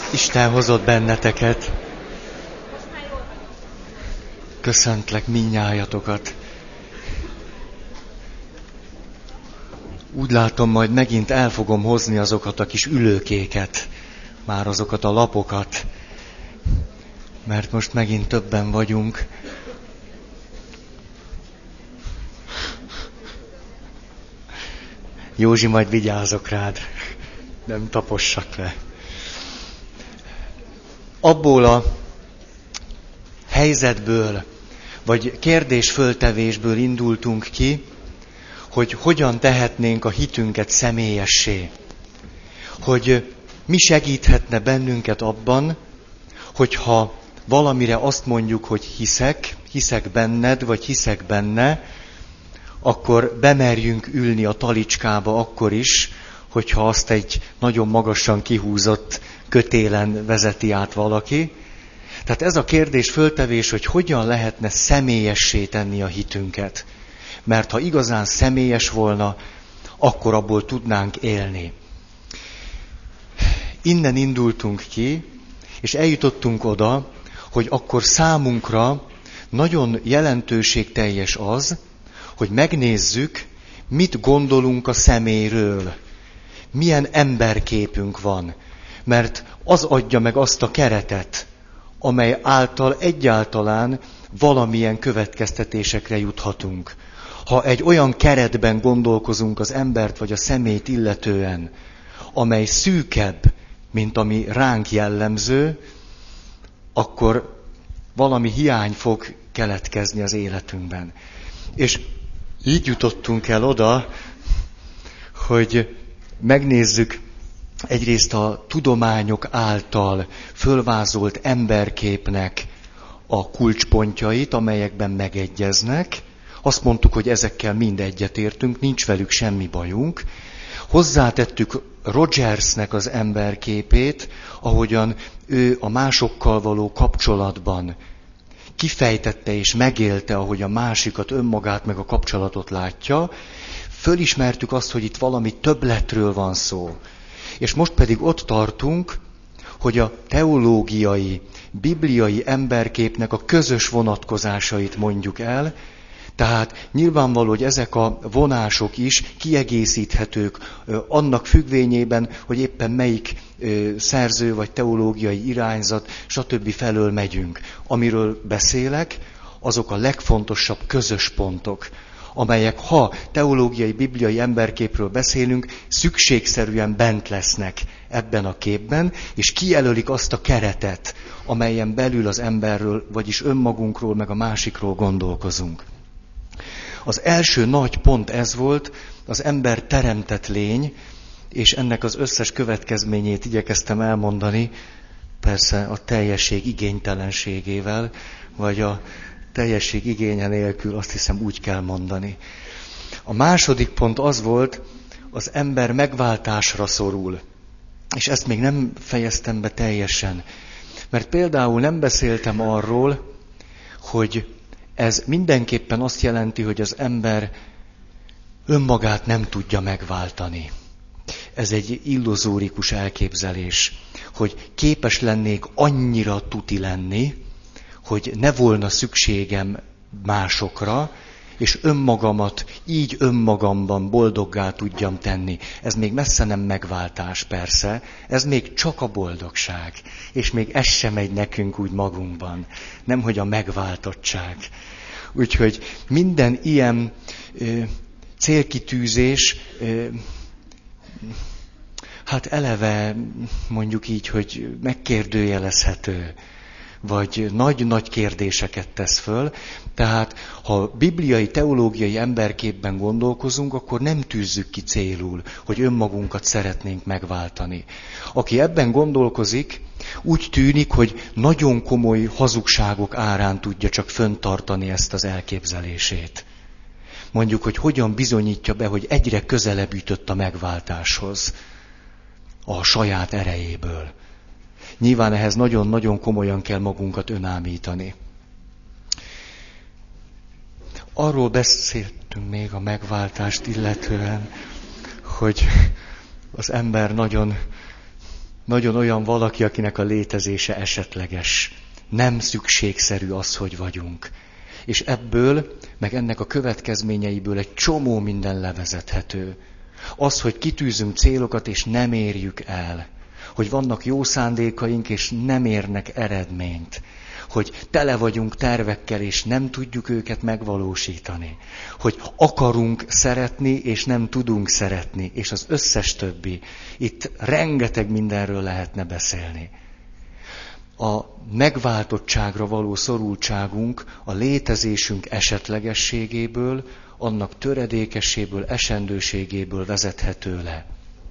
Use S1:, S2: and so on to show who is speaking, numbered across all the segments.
S1: Isten hozott benneteket. Köszöntlek mindnyájatokat. Úgy látom, majd megint el fogom hozni azokat a kis ülőkéket, már azokat a lapokat, mert most megint többen vagyunk. Józsi, majd vigyázok rád, nem tapossak le. Abból a helyzetből, vagy kérdésföltevésből indultunk ki, hogy hogyan tehetnénk a hitünket személyessé. Hogy mi segíthetne bennünket abban, hogyha valamire azt mondjuk, hogy hiszek benned, vagy hiszek benne, akkor bemerjünk ülni a talicskába akkor is, hogyha azt egy nagyon magasan kihúzott kötélen vezeti át valaki. Tehát ez a kérdés föltevés, hogy hogyan lehetne személyessé tenni a hitünket. Mert ha igazán személyes volna, akkor abból tudnánk élni. Innen indultunk ki, és eljutottunk oda, hogy akkor számunkra nagyon jelentőségteljes az, hogy megnézzük, mit gondolunk a személyről. Milyen emberképünk van. Mert az adja meg azt a keretet, amely által egyáltalán valamilyen következtetésekre juthatunk. Ha egy olyan keretben gondolkozunk az embert vagy a személyt illetően, amely szűkebb, mint ami ránk jellemző, akkor valami hiány fog keletkezni az életünkben. És így jutottunk el oda, hogy megnézzük egyrészt a tudományok által fölvázolt emberképnek a kulcspontjait, amelyekben megegyeznek. Azt mondtuk, hogy ezekkel mind egyetértünk, nincs velük semmi bajunk. Hozzátettük Rogersnek az emberképét, ahogyan ő a másokkal való kapcsolatban kifejtette és megélte, ahogy a másikat, önmagát meg a kapcsolatot látja. Fölismertük azt, hogy itt valami többletről van szó. És most pedig ott tartunk, hogy a teológiai, bibliai emberképnek a közös vonatkozásait mondjuk el, tehát nyilvánvaló, hogy ezek a vonások is kiegészíthetők annak függvényében, hogy éppen melyik szerző vagy teológiai irányzat, stb. Felől megyünk. Amiről beszélek, azok a legfontosabb közös pontok, amelyek, ha teológiai, bibliai emberképről beszélünk, szükségszerűen bent lesznek ebben a képben, és kijelölik azt a keretet, amelyen belül az emberről, vagyis önmagunkról, meg a másikról gondolkozunk. Az első nagy pont ez volt, az ember teremtett lény, és ennek az összes következményét igyekeztem elmondani, persze a teljesség igénytelenségével, vagy a teljesség igénye nélkül, azt hiszem úgy kell mondani. A második pont az volt, az ember megváltásra szorul. És ezt még nem fejeztem be teljesen. Mert például nem beszéltem arról, hogy ez mindenképpen azt jelenti, hogy az ember önmagát nem tudja megváltani. Ez egy illuzórikus elképzelés, hogy képes lennék annyira tuti lenni, hogy ne volna szükségem másokra, és önmagamat így önmagamban boldoggá tudjam tenni. Ez még messze nem megváltás, persze, ez még csak a boldogság. És még ez sem megy nekünk úgy magunkban, nemhogy a megváltottság. Úgyhogy minden ilyen célkitűzés, hát eleve mondjuk így, hogy megkérdőjelezhető, vagy nagy-nagy kérdéseket tesz föl. Tehát, ha bibliai, teológiai emberképben gondolkozunk, akkor nem tűzzük ki célul, hogy önmagunkat szeretnénk megváltani. Aki ebben gondolkozik, úgy tűnik, hogy nagyon komoly hazugságok árán tudja csak fenntartani ezt az elképzelését. Mondjuk, hogy hogyan bizonyítja be, hogy egyre közelebb jutott a megváltáshoz a saját erejéből. Nyilván ehhez nagyon-nagyon komolyan kell magunkat önállítani. Arról beszéltünk még a megváltást illetően, hogy az ember nagyon nagyon olyan valaki, akinek a létezése esetleges. Nem szükségszerű az, hogy vagyunk. És ebből, meg ennek a következményeiből egy csomó minden levezethető. Az, hogy kitűzünk célokat, és nem érjük el. Hogy vannak jó szándékaink, és nem érnek eredményt. Hogy tele vagyunk tervekkel, és nem tudjuk őket megvalósítani. Hogy akarunk szeretni, és nem tudunk szeretni, és az összes többi. Itt rengeteg mindenről lehetne beszélni. A megváltottságra való szorultságunk a létezésünk esetlegességéből, annak töredékességéből, esendőségéből vezethető le.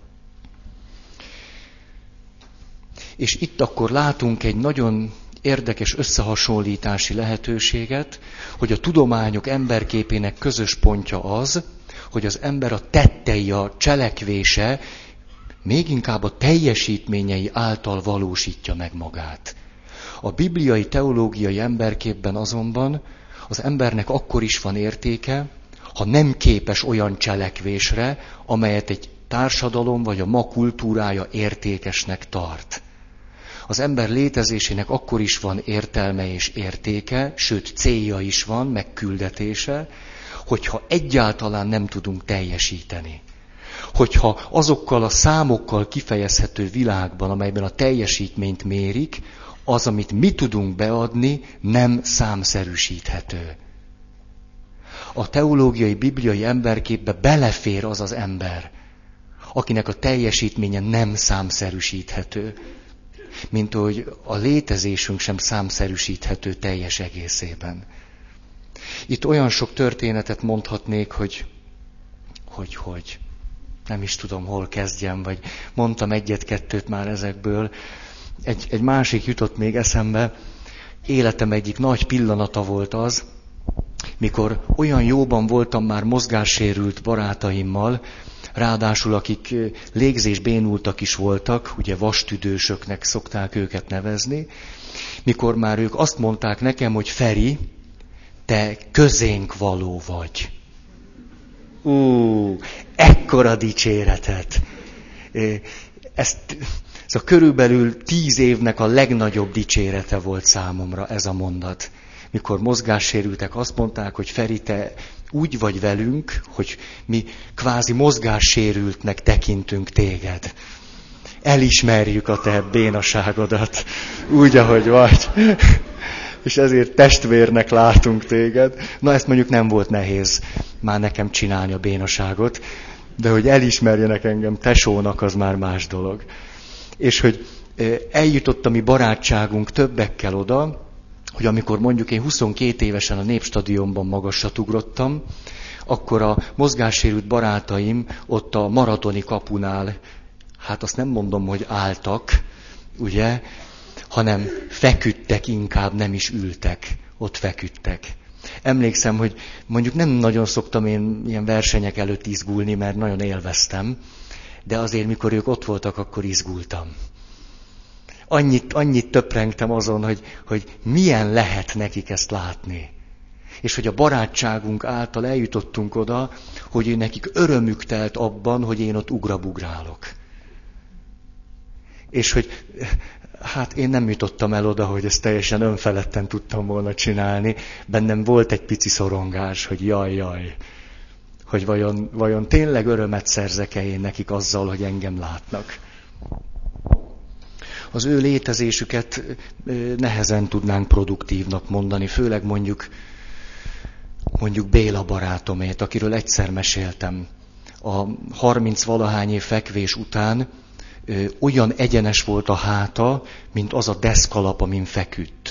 S1: És itt akkor látunk egy nagyon érdekes összehasonlítási lehetőséget, hogy a tudományok emberképének közös pontja az, hogy az ember a tettei, a cselekvése, még inkább a teljesítményei által valósítja meg magát. A bibliai teológiai emberképben azonban az embernek akkor is van értéke, ha nem képes olyan cselekvésre, amelyet egy társadalom vagy a ma kultúrája értékesnek tart. Az ember létezésének akkor is van értelme és értéke, sőt célja is van, meg küldetése, hogyha egyáltalán nem tudunk teljesíteni. Hogyha azokkal a számokkal kifejezhető világban, amelyben a teljesítményt mérik, az, amit mi tudunk beadni, nem számszerűsíthető. A teológiai, bibliai emberképbe belefér az az ember, akinek a teljesítménye nem számszerűsíthető, mint hogy a létezésünk sem számszerűsíthető teljes egészében. Itt olyan sok történetet mondhatnék, hogy nem is tudom, hol kezdjem, vagy mondtam egyet-kettőt már ezekből. Egy másik jutott még eszembe, életem egyik nagy pillanata volt az, mikor olyan jóban voltam már mozgássérült barátaimmal, ráadásul akik légzésbénultak is voltak, ugye vastüdősöknek szokták őket nevezni, mikor már ők azt mondták nekem, hogy Feri, te közénk való vagy. Ekkora dicséretet. Ez körülbelül 10 évnek a legnagyobb dicsérete volt számomra ez a mondat. Mikor mozgássérültek, azt mondták, hogy Feri, te úgy vagy velünk, hogy mi kvázi mozgássérültnek tekintünk téged. Elismerjük a te bénaságodat, úgy, ahogy vagy. És ezért testvérnek látunk téged. Na, ezt mondjuk nem volt nehéz már nekem csinálni a bénaságot, de hogy elismerjenek engem tesónak, az már más dolog. És hogy eljutott a mi barátságunk többekkel oda, hogy amikor mondjuk én 22 évesen a Népstadionban magasat ugrottam, akkor a mozgássérült barátaim ott a maratoni kapunál, hát azt nem mondom, hogy álltak, ugye, hanem feküdtek inkább, nem is ültek, ott feküdtek. Emlékszem, hogy mondjuk nem nagyon szoktam én ilyen versenyek előtt izgulni, mert nagyon élveztem, de azért, mikor ők ott voltak, akkor izgultam. Annyit töprengtem azon, hogy milyen lehet nekik ezt látni. És hogy a barátságunk által eljutottunk oda, hogy nekik örömük telt abban, hogy én ott ugrabugrálok. És hogy hát én nem jutottam el oda, hogy ezt teljesen önfeledten tudtam volna csinálni. Bennem volt egy pici szorongás, hogy jaj, hogy vajon tényleg örömet szerzek-e én nekik azzal, hogy engem látnak. Az ő létezésüket nehezen tudnánk produktívnak mondani, főleg mondjuk Béla barátomét, akiről egyszer meséltem. A 30-valahány év fekvés után olyan egyenes volt a háta, mint az a deszkalap, amin feküdt.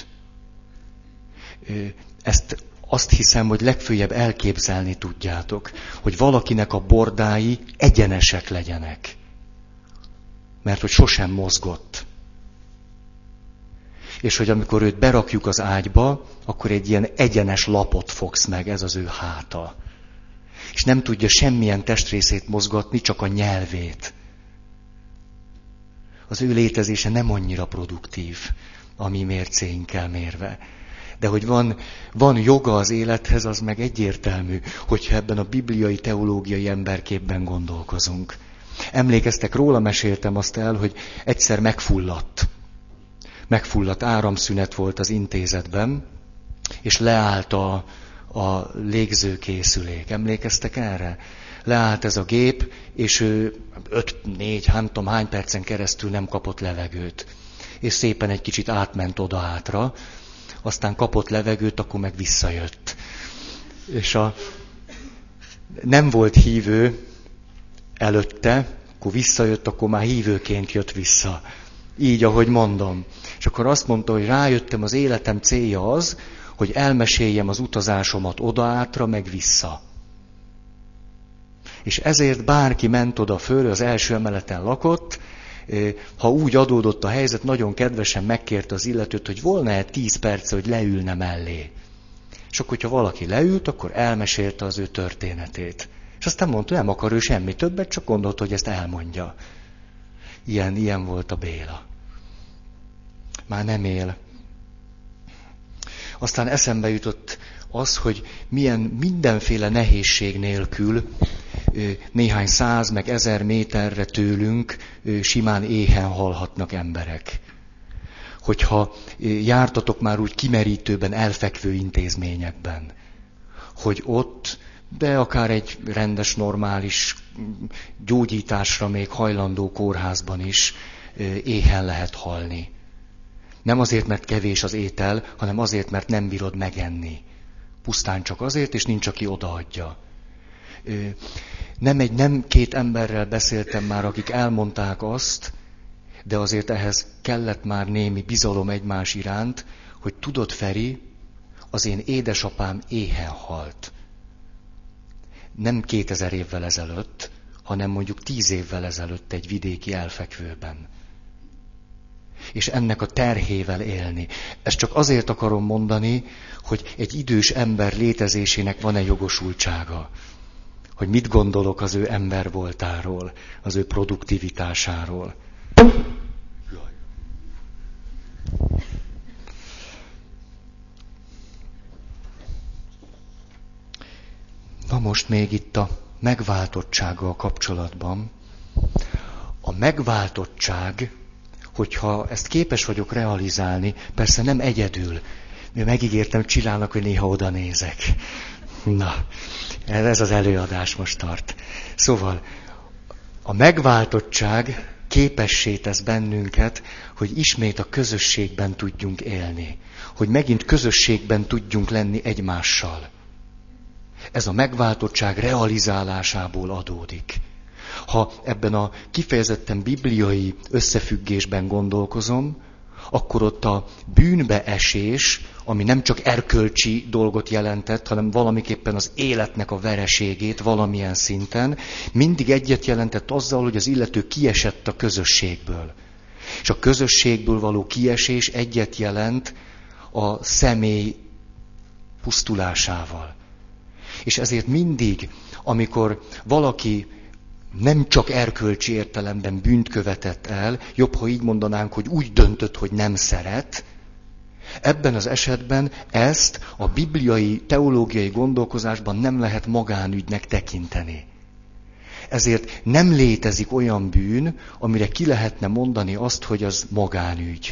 S1: Ezt azt hiszem, hogy legfőjebb elképzelni tudjátok, hogy valakinek a bordái egyenesek legyenek. Mert hogy sosem mozgott. És hogy amikor őt berakjuk az ágyba, akkor egy ilyen egyenes lapot fogsz meg, ez az ő háta. És nem tudja semmilyen testrészét mozgatni, csak a nyelvét. Az ő létezése nem annyira produktív, a mi mércéinkkel mérve. De hogy van joga az élethez, az meg egyértelmű, hogyha ebben a bibliai teológiai emberképben gondolkozunk. Emlékeztek, róla meséltem azt el, hogy egyszer megfulladt. Megfulladt, áramszünet volt az intézetben, és leállt a légzőkészülék. Emlékeztek erre? Leállt ez a gép, és ő 5-4, nem tudom hány percen keresztül nem kapott levegőt. És szépen egy kicsit átment oda-átra, aztán kapott levegőt, akkor meg visszajött. És nem volt hívő előtte, akkor visszajött, akkor már hívőként jött vissza. Így, ahogy mondom. És akkor azt mondta, hogy rájöttem, az életem célja az, hogy elmeséljem az utazásomat oda-átra, meg vissza. És ezért bárki ment oda föl, az első emeleten lakott, ha úgy adódott a helyzet, nagyon kedvesen megkérte az illetőt, hogy volna-e 10 perce, hogy leülne mellé. És akkor, hogyha valaki leült, akkor elmesélte az ő történetét. És aztán mondta, nem akar ő semmi többet, csak gondolta, hogy ezt elmondja. Ilyen volt a Béla. Már nem él. Aztán eszembe jutott az, hogy milyen mindenféle nehézség nélkül néhány 100 meg 1000 méterre tőlünk simán éhen halhatnak emberek. Hogyha jártatok már úgy kimerítőben, elfekvő intézményekben, hogy ott, de akár egy rendes, normális gyógyításra még hajlandó kórházban is éhen lehet halni. Nem azért, mert kevés az étel, hanem azért, mert nem bírod megenni. Pusztán csak azért, és nincs, aki odaadja. Nem 2 emberrel beszéltem már, akik elmondták azt, de azért ehhez kellett már némi bizalom egymás iránt, hogy tudod, Feri, az én édesapám éhen halt. Nem 2000 évvel ezelőtt, hanem mondjuk 10 évvel ezelőtt egy vidéki elfekvőben. És ennek a terhével élni. Ezt csak azért akarom mondani, hogy egy idős ember létezésének van-e jogosultsága. Hogy mit gondolok az ő ember voltáról, az ő produktivitásáról. Na most még itt a megváltottsággal kapcsolatban. A megváltottság, hogyha ezt képes vagyok realizálni, persze nem egyedül. Megígértem Csillának, hogy néha oda nézek. Na, ez az előadás most tart. Szóval a megváltottság képessé tesz bennünket, hogy ismét a közösségben tudjunk élni. Hogy megint közösségben tudjunk lenni egymással. Ez a megváltottság realizálásából adódik. Ha ebben a kifejezetten bibliai összefüggésben gondolkozom, akkor ott a bűnbeesés, ami nem csak erkölcsi dolgot jelentett, hanem valamiképpen az életnek a vereségét valamilyen szinten, mindig egyet jelentett azzal, hogy az illető kiesett a közösségből. És a közösségből való kiesés egyet jelent a személy pusztulásával. És ezért mindig, amikor valaki nem csak erkölcsi értelemben bűnt követett el, jobb, ha így mondanánk, hogy úgy döntött, hogy nem szeret, ebben az esetben ezt a bibliai, teológiai gondolkozásban nem lehet magánügynek tekinteni. Ezért nem létezik olyan bűn, amire ki lehetne mondani azt, hogy az magánügy.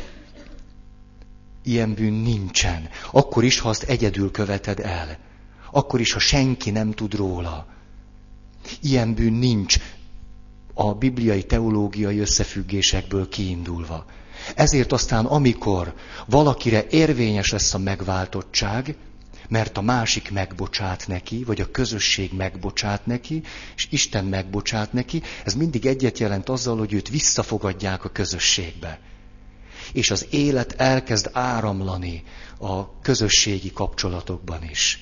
S1: Ilyen bűn nincsen. Akkor is, ha azt egyedül követed el. Akkor is, ha senki nem tud róla. Ilyen bűn nincs a bibliai teológiai összefüggésekből kiindulva. Ezért aztán, amikor valakire érvényes lesz a megváltottság, mert a másik megbocsát neki, vagy a közösség megbocsát neki, és Isten megbocsát neki, ez mindig egyet jelent azzal, hogy őt visszafogadják a közösségbe. És az élet elkezd áramlani a közösségi kapcsolatokban is.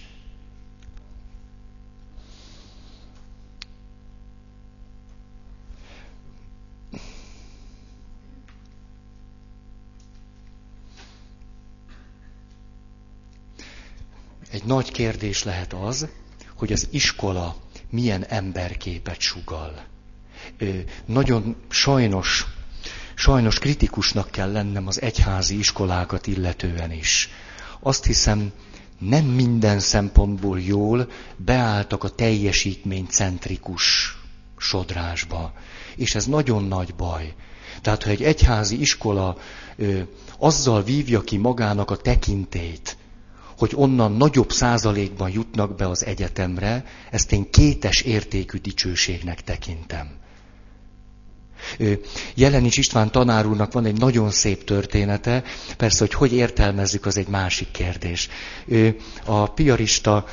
S1: Egy nagy kérdés lehet az, hogy az iskola milyen emberképet sugall. Nagyon sajnos kritikusnak kell lennem az egyházi iskolákat illetően is. Azt hiszem, nem minden szempontból jól beálltak a teljesítménycentrikus sodrásba. És ez nagyon nagy baj. Tehát, ha egy egyházi iskola azzal vívja ki magának a tekintélyt, hogy onnan nagyobb százalékban jutnak be az egyetemre, ezt én kétes értékű dicsőségnek tekintem. Jelenics István tanár úrnak van egy nagyon szép története, persze, hogy értelmezzük, az egy másik kérdés. A piarista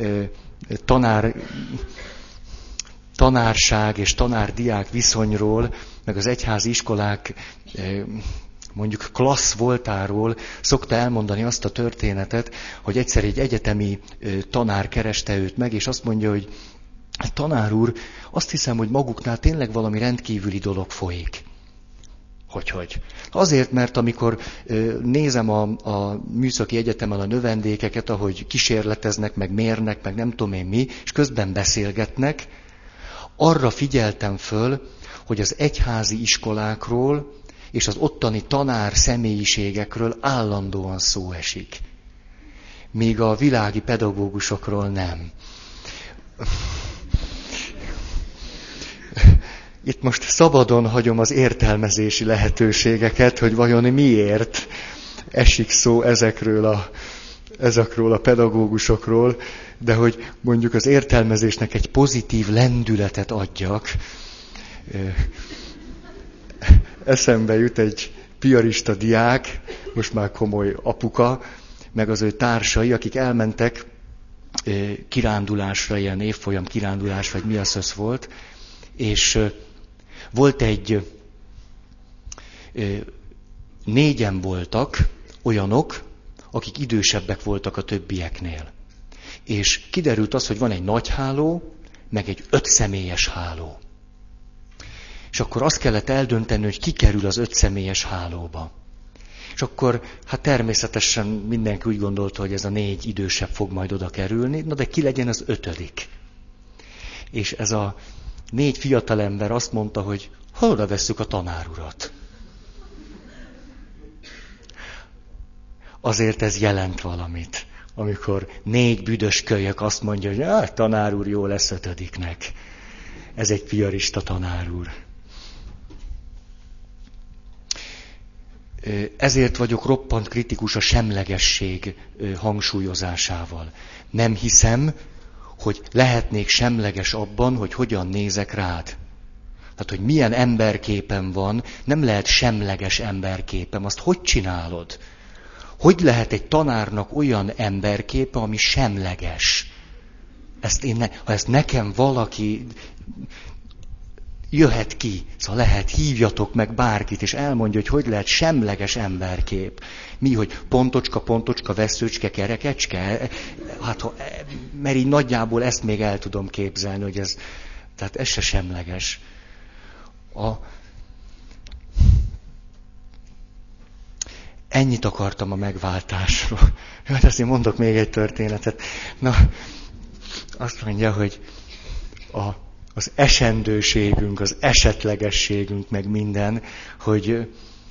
S1: tanárság és tanár-diák viszonyról, meg az egyházi iskolák mondjuk klassz voltáról szokta elmondani azt a történetet, hogy egyszer egy egyetemi tanár kereste őt meg, és azt mondja, hogy tanár úr, azt hiszem, hogy maguknál tényleg valami rendkívüli dolog folyik. Hogy? Azért, mert amikor nézem a műszaki egyetemen a növendékeket, ahogy kísérleteznek, meg mérnek, meg nem tudom én mi, és közben beszélgetnek, arra figyeltem föl, hogy az egyházi iskolákról és az ottani tanár személyiségekről állandóan szó esik. Míg a világi pedagógusokról nem. Itt most szabadon hagyom az értelmezési lehetőségeket, hogy vajon miért esik szó ezekről a pedagógusokról, de hogy mondjuk az értelmezésnek egy pozitív lendületet adjak. Eszembe jut egy piarista diák, most már komoly apuka, meg az ő társai, akik elmentek kirándulásra, ilyen évfolyam kirándulás, vagy mi az volt, és volt négyen voltak olyanok, akik idősebbek voltak a többieknél. És kiderült az, hogy van egy nagy háló, meg egy 5 személyes háló. És akkor azt kellett eldönteni, hogy ki kerül az 5 személyes hálóba. És akkor, hát természetesen mindenki úgy gondolta, hogy ez a 4 idősebb fog majd oda kerülni, na de ki legyen az 5. És ez a 4 fiatalember azt mondta, hogy oda vesszük a tanárurat. Azért ez jelent valamit, amikor 4 büdös kölyök azt mondja, hogy tanár úr jó lesz 5-nek. Ez egy piarista tanár úr. Ezért vagyok roppant kritikus a semlegesség hangsúlyozásával. Nem hiszem, hogy lehetnék semleges abban, hogy hogyan nézek rád. Tehát, hogy milyen emberképen van, nem lehet semleges emberképem. Azt hogy csinálod? Hogy lehet egy tanárnak olyan emberképe, ami semleges? Ha ezt nekem valaki jöhet ki, szóval lehet, hívjatok meg bárkit, és elmondja, hogy lehet semleges emberkép. Mi, hogy pontocska, veszőcske, kerekecske? Hát, mert így nagyjából ezt még el tudom képzelni, hogy tehát ez se semleges. Ennyit akartam a megváltásról. Hát ezt én mondok még egy történetet. Na, azt mondja, hogy az esendőségünk, az esetlegességünk, meg minden, hogy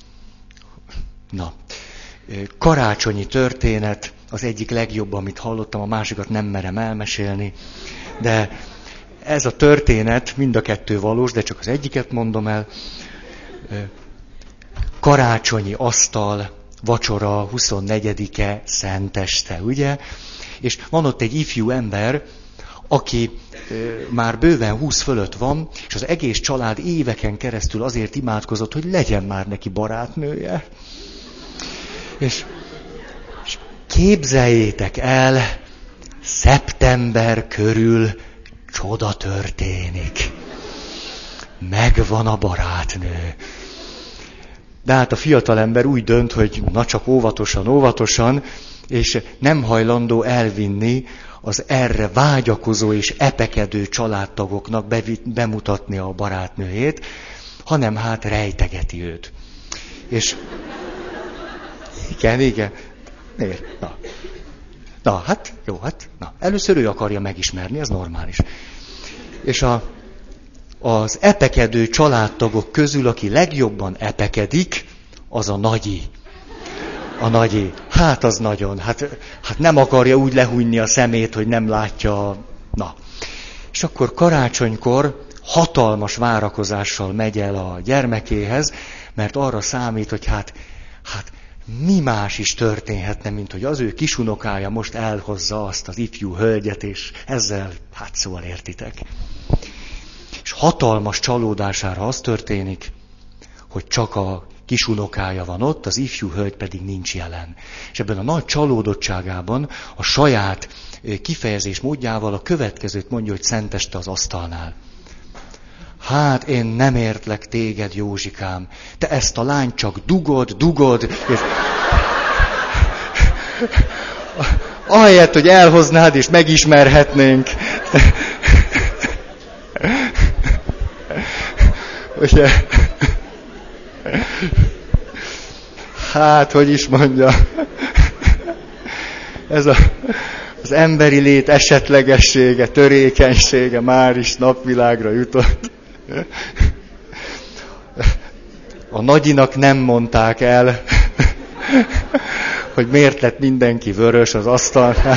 S1: karácsonyi történet, az egyik legjobb, amit hallottam, a másikat nem merem elmesélni, de ez a történet, mind a 2 valós, de csak az egyiket mondom el. Karácsonyi asztal, vacsora, 24-e, szenteste, ugye? És van ott egy ifjú ember, aki már bőven 20 fölött van, és az egész család éveken keresztül azért imádkozott, hogy legyen már neki barátnője. És képzeljétek el, szeptember körül csoda történik. Megvan a barátnő. De hát a fiatalember úgy dönt, hogy na csak óvatosan, és nem hajlandó elvinni az erre vágyakozó és epekedő családtagoknak bemutatni a barátnőjét, hanem hát rejtegeti őt. És igen. Miért? Na, hát jó, először ő akarja megismerni, ez normális. És az epekedő családtagok közül, aki legjobban epekedik, az a nagyi. A nagyi. Hát az nagyon. Hát nem akarja úgy lehújni a szemét, hogy nem látja. Na. És akkor karácsonykor hatalmas várakozással megy el a gyermekéhez, mert arra számít, hogy hát mi más is történhetne, mint hogy az ő kisunokája most elhozza azt az ifjú hölgyet, és ezzel, szóval értitek. És hatalmas csalódására az történik, hogy csak a kisunokája van ott, az ifjú hölgy pedig nincs jelen. És ebben a nagy csalódottságában a saját kifejezés módjával a következőt mondja, hogy szenteste az asztalnál. Hát én nem értlek téged, Józsikám, te ezt a lányt csak dugod, és ahelyett, hogy elhoznád és megismerhetnénk. Ugye? Hát, hogy is mondja, ez az emberi lét esetlegessége, törékenysége már is napvilágra jutott. A nagyinak nem mondták el, hogy miért lett mindenki vörös az asztalnál.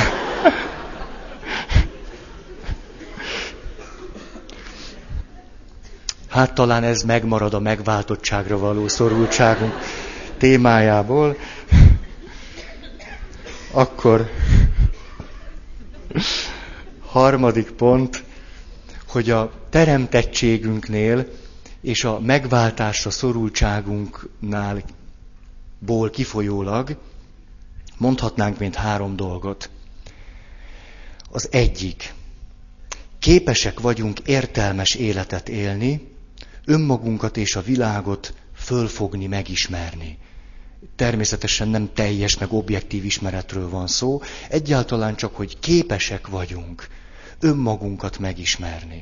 S1: Hát talán ez megmarad a megváltottságra való szorultságunk témájából. Akkor harmadik pont, hogy a teremtettségünknél és a megváltásra szorultságunknál kifolyólag mondhatnánk mint 3 dolgot. Az egyik, képesek vagyunk értelmes életet élni, önmagunkat és a világot fölfogni, megismerni. Természetesen nem teljes, meg objektív ismeretről van szó, egyáltalán csak, hogy képesek vagyunk önmagunkat megismerni.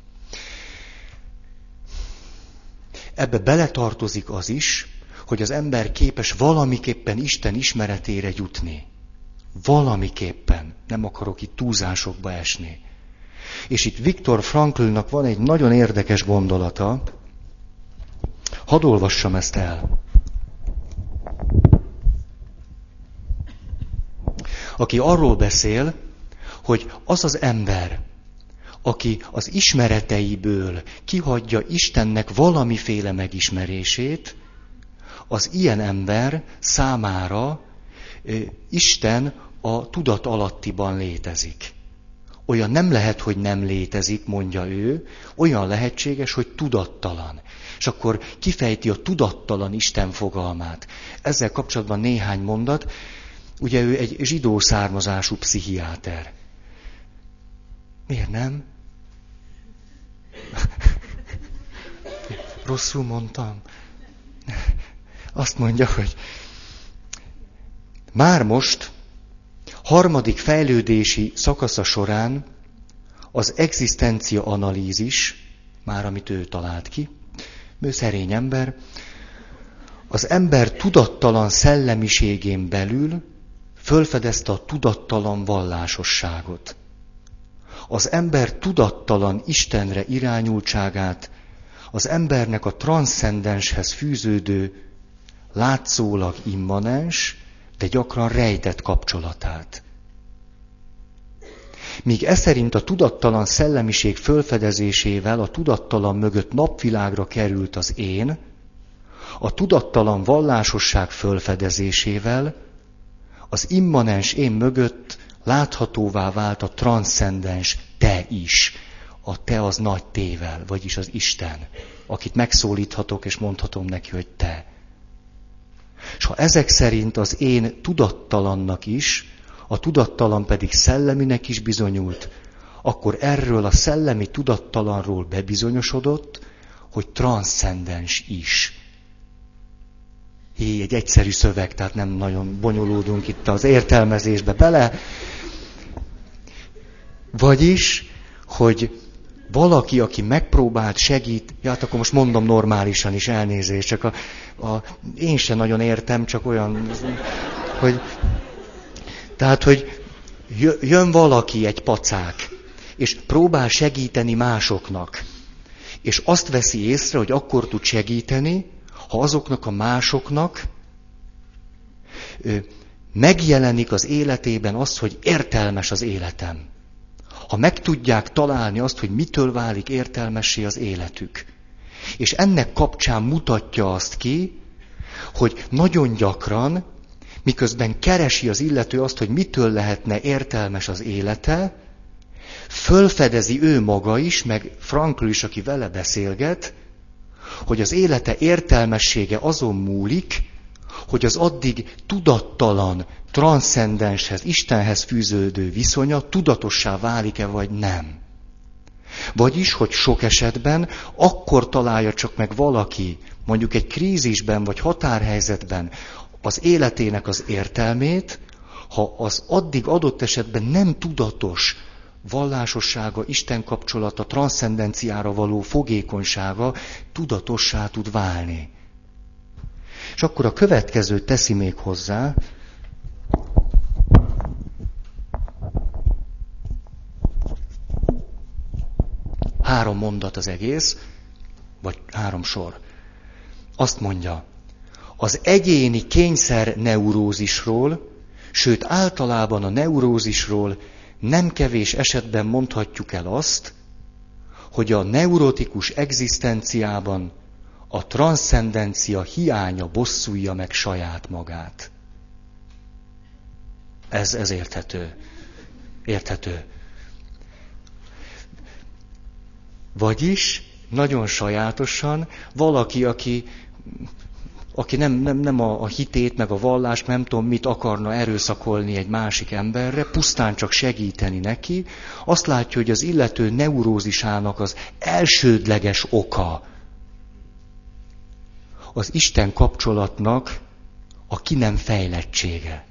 S1: Ebbe beletartozik az is, hogy az ember képes valamiképpen Isten ismeretére jutni. Valamiképpen. Nem akarok itt túlzásokba esni. És itt Viktor Franklnak van egy nagyon érdekes gondolata. Hadd olvassam ezt el. Aki arról beszél, hogy az az ember, aki az ismereteiből kihagyja Istennek valamiféle megismerését, az ilyen ember számára Isten a tudat alattiban létezik. Olyan nem lehet, hogy nem létezik, mondja ő, olyan lehetséges, hogy tudattalan. És akkor kifejti a tudattalan Isten fogalmát. Ezzel kapcsolatban néhány mondat. Ugye ő egy zsidó származású pszichiáter. Miért nem? Rosszul mondtam. Azt mondja, hogy már most, 3. fejlődési szakasza során az egzisztencia analízis, már amit ő talált ki, ő szerény ember, az ember tudattalan szellemiségén belül fölfedezte a tudattalan vallásosságot. Az ember tudattalan Istenre irányultságát, az embernek a transzcendenshez fűződő, látszólag immanens, de gyakran rejtett kapcsolatát. Míg eszerint a tudattalan szellemiség fölfedezésével a tudattalan mögött napvilágra került az én, a tudattalan vallásosság fölfedezésével az immanens én mögött láthatóvá vált a transzcendens te is. A te az nagy tével, vagyis az Isten, akit megszólíthatok és mondhatom neki, hogy te. És ha ezek szerint az én tudattalannak is, a tudattalan pedig szelleminek is bizonyult, akkor erről a szellemi tudattalanról bebizonyosodott, hogy transzcendens is. Egy egyszerű szöveg, tehát nem nagyon bonyolódunk itt az értelmezésbe bele. Vagyis, hogy valaki, aki megpróbált hát akkor most mondom normálisan is, elnézést, csak én sem nagyon értem, csak olyan, hogy tehát, hogy jön valaki, egy pacák, és próbál segíteni másoknak, és azt veszi észre, hogy akkor tud segíteni, ha azoknak a másoknak megjelenik az életében az, hogy értelmes az életem. ha meg tudják találni azt, hogy mitől válik értelmessé az életük. És ennek kapcsán mutatja azt ki, hogy nagyon gyakran, miközben keresi az illető azt, hogy mitől lehetne értelmes az élete, fölfedezi ő maga is, meg Frankl is, aki vele beszélget, hogy az élete értelmessége azon múlik, hogy az addig tudattalan, transzcendenshez, Istenhez fűződő viszonya tudatossá válik-e vagy nem. Vagyis, hogy sok esetben akkor találja csak meg valaki, mondjuk egy krízisben vagy határhelyzetben az életének az értelmét, ha az addig adott esetben nem tudatos vallásossága, Isten kapcsolata, transzcendenciára való fogékonysága tudatossá tud válni. És akkor a következőt teszi még hozzá, három mondat az egész, vagy 3 sor. Azt mondja, az egyéni kényszer neurózisról, sőt általában a neurózisról nem kevés esetben mondhatjuk el azt, hogy a neurotikus egzisztenciában a transzcendencia hiánya bosszulja meg saját magát. Ez érthető. Érthető. Vagyis nagyon sajátosan valaki, aki nem a hitét, meg a vallást, nem tudom mit akarna erőszakolni egy másik emberre, pusztán csak segíteni neki, azt látja, hogy az illető neurózisának az elsődleges oka az Isten kapcsolatnak a ki nem fejlettsége.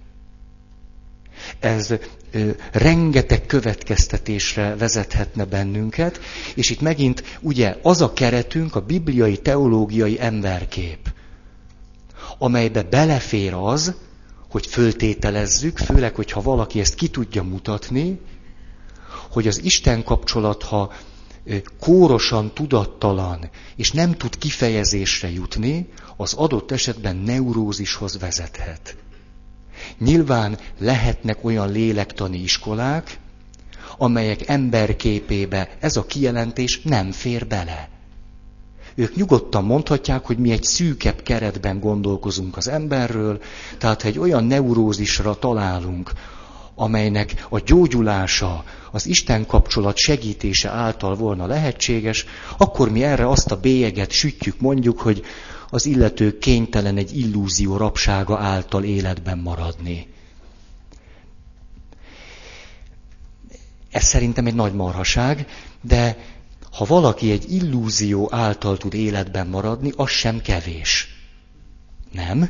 S1: Ez rengeteg következtetésre vezethetne bennünket, és itt megint ugye az a keretünk, a bibliai teológiai emberkép, amelybe belefér az, hogy föltételezzük, főleg, hogyha valaki ezt ki tudja mutatni, hogy az Isten kapcsolat, ha kórosan tudattalan, és nem tud kifejezésre jutni, az adott esetben neurózishoz vezethet. Nyilván lehetnek olyan lélektani iskolák, amelyek emberképébe ez a kijelentés nem fér bele. Ők nyugodtan mondhatják, hogy mi egy szűkebb keretben gondolkozunk az emberről, tehát ha egy olyan neurózisra találunk, amelynek a gyógyulása az Isten kapcsolat segítése által volna lehetséges, akkor mi erre azt a bélyeget sütjük, mondjuk, hogy az illető kénytelen egy illúzió rabsága által életben maradni. Ez szerintem egy nagy marhaság, de ha valaki egy illúzió által tud életben maradni, az sem kevés. Nem?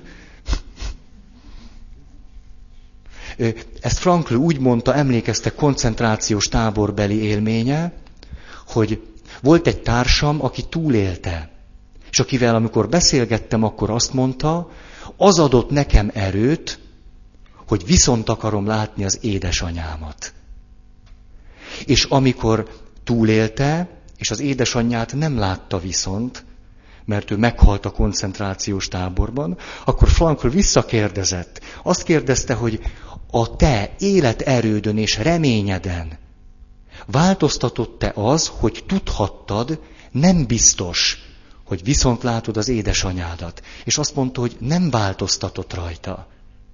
S1: Ezt Frankl úgy mondta, emlékeztek, koncentrációs táborbeli élménye, hogy volt egy társam, aki túlélte. És akivel, amikor beszélgettem, akkor azt mondta, az adott nekem erőt, hogy viszont akarom látni az édesanyámat. És amikor túlélte, és az édesanyját nem látta viszont, mert ő meghalt a koncentrációs táborban, akkor Frankl visszakérdezett. Azt kérdezte, hogy a te életerődön és reményeden változtatott-e az, hogy tudhattad, nem biztos, hogy viszont látod az édesanyádat. És azt mondta, hogy nem változtatott rajta.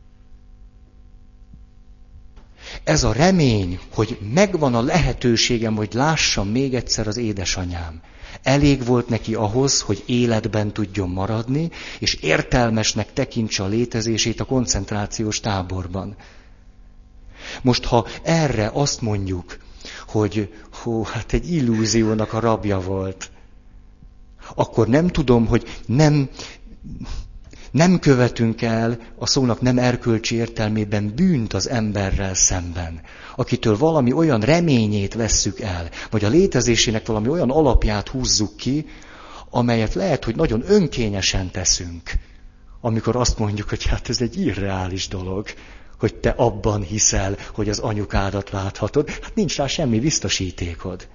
S1: Ez a remény, hogy megvan a lehetőségem, hogy lássam még egyszer az édesanyám. Elég volt neki ahhoz, hogy életben tudjon maradni, és értelmesnek tekintse a létezését a koncentrációs táborban. Most, ha erre azt mondjuk, hogy hát egy illúziónak a rabja volt, akkor nem tudom, hogy nem követünk el a szónak nem erkölcsi értelmében bűnt az emberrel szemben, akitől valami olyan reményét vesszük el, vagy a létezésének valami olyan alapját húzzuk ki, amelyet lehet, hogy nagyon önkényesen teszünk, amikor azt mondjuk, hogy hát ez egy irreális dolog, hogy te abban hiszel, hogy az anyukádat láthatod. Hát nincs rá semmi biztosítékod.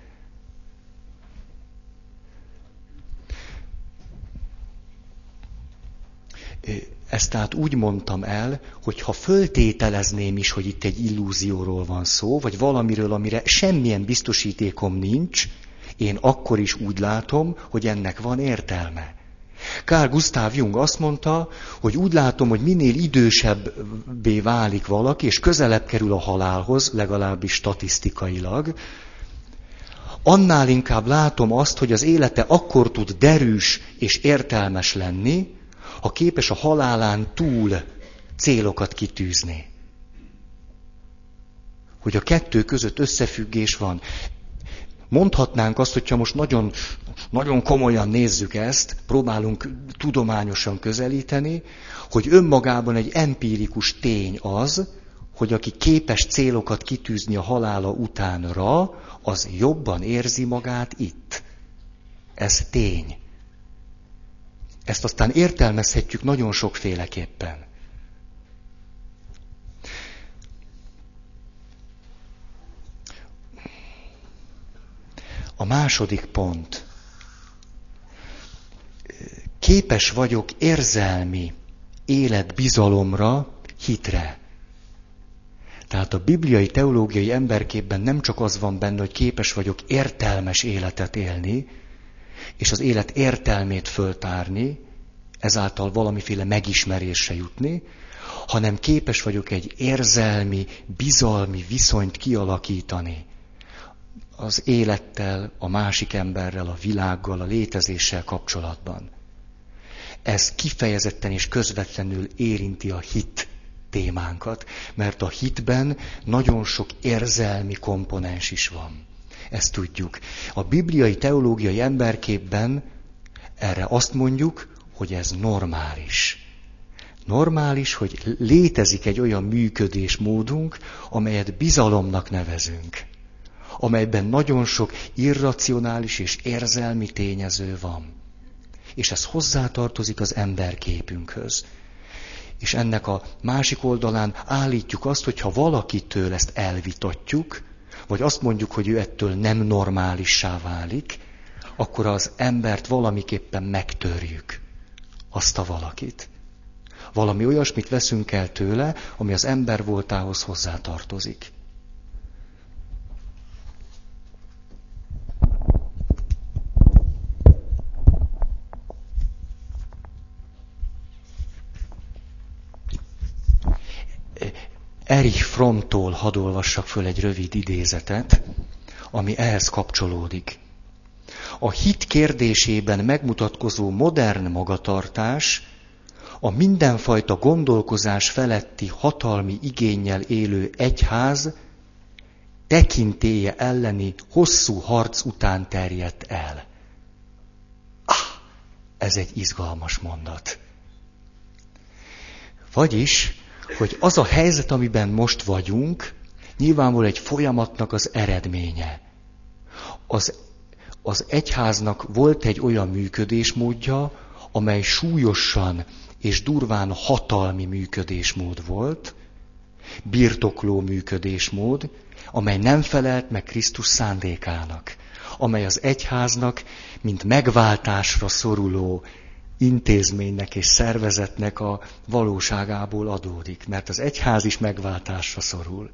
S1: Ezt tehát úgy mondtam el, hogy ha föltételezném is, hogy itt egy illúzióról van szó, vagy valamiről, amire semmilyen biztosítékom nincs, én akkor is úgy látom, hogy ennek van értelme. Carl Gustav Jung azt mondta, hogy úgy látom, hogy minél idősebbé válik valaki, és közelebb kerül a halálhoz, legalábbis statisztikailag, annál inkább látom azt, hogy az élete akkor tud derűs és értelmes lenni, ha képes a halálán túl célokat kitűzni. Hogy a kettő között összefüggés van. Mondhatnánk azt, hogyha most nagyon, nagyon komolyan nézzük ezt, próbálunk tudományosan közelíteni, hogy önmagában egy empirikus tény az, hogy aki képes célokat kitűzni a halála utánra, az jobban érzi magát itt. Ez tény. Ezt aztán értelmezhetjük nagyon sokféleképpen. A második pont. Képes vagyok érzelmi életbizalomra, hitre. Tehát a bibliai teológiai emberképben nem csak az van benne, hogy képes vagyok értelmes életet élni, és az élet értelmét föltárni, ezáltal valamiféle megismerésre jutni, hanem képes vagyok egy érzelmi, bizalmi viszonyt kialakítani az élettel, a másik emberrel, a világgal, a létezéssel kapcsolatban. Ez kifejezetten és közvetlenül érinti a hit témánkat, mert a hitben nagyon sok érzelmi komponens is van. Ezt tudjuk. A bibliai teológiai emberképben erre azt mondjuk, hogy ez normális. Normális, hogy létezik egy olyan működésmódunk, amelyet bizalomnak nevezünk, amelyben nagyon sok irracionális és érzelmi tényező van. És ez hozzátartozik az emberképünkhöz. És ennek a másik oldalán állítjuk azt, hogy ha valakitől ezt elvitatjuk, vagy azt mondjuk, hogy ő ettől nem normálissá válik, akkor az embert valamiképpen megtörjük, azt a valakit. Valami olyasmit veszünk el tőle, ami az ember voltához hozzátartozik. Erich Frommtól hadd olvassak föl egy rövid idézetet, ami ehhez kapcsolódik. A hit kérdésében megmutatkozó modern magatartás a mindenfajta gondolkozás feletti hatalmi igénnyel élő egyház tekintélye elleni hosszú harc után terjedt el. Ez egy izgalmas mondat. Vagyis, hogy az a helyzet, amiben most vagyunk, nyilvánvalóan egy folyamatnak az eredménye. Az egyháznak volt egy olyan működésmódja, amely súlyosan és durván hatalmi működésmód volt, birtokló működésmód, amely nem felelt meg Krisztus szándékának, amely az egyháznak, mint megváltásra szoruló intézménynek és szervezetnek a valóságából adódik, mert az egyház is megváltásra szorul.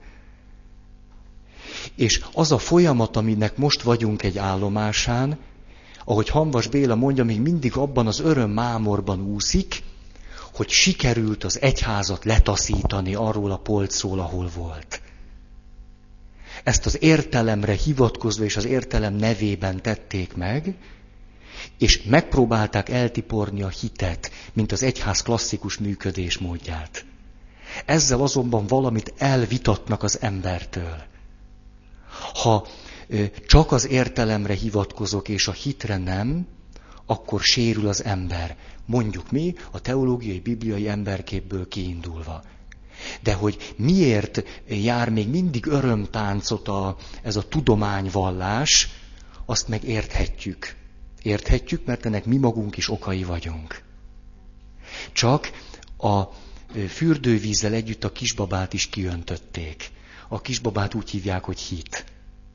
S1: És az a folyamat, aminek most vagyunk egy állomásán, ahogy Hamvas Béla mondja, még mindig abban az öröm-mámorban úszik, hogy sikerült az egyházat letaszítani arról a polcról, ahol volt. Ezt az értelemre hivatkozva és az értelem nevében tették meg, és megpróbálták eltiporni a hitet, mint az egyház klasszikus működésmódját. Ezzel azonban valamit elvitatnak az embertől. Ha csak az értelemre hivatkozok, és a hitre nem, akkor sérül az ember. Mondjuk mi, a teológiai, bibliai emberképből kiindulva. De hogy miért jár még mindig örömtáncot ez a tudományvallás, azt meg érthetjük. Érthetjük, mert ennek mi magunk is okai vagyunk. Csak a fürdővízzel együtt a kisbabát is kiöntötték. A kisbabát úgy hívják, hogy hit.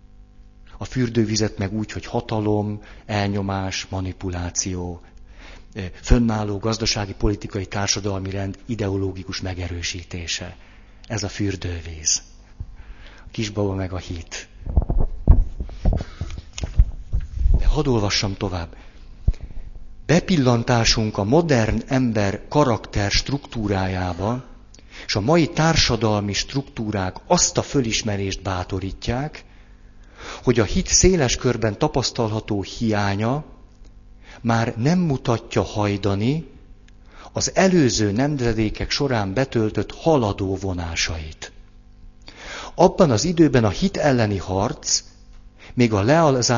S1: A fürdővizet meg úgy, hogy hatalom, elnyomás, manipuláció. fönnálló gazdasági, politikai, társadalmi rend ideológikus megerősítése. Ez a fürdővíz. A kisbaba meg a hit. De hadd olvassam tovább. Bepillantásunk a modern ember karakter struktúrájába, és a mai társadalmi struktúrák azt a fölismerést bátorítják, hogy a hit széles körben tapasztalható hiánya már nem mutatja hajdani az előző nemzedékek során betöltött haladó vonásait. Abban az időben a hit elleni harc még a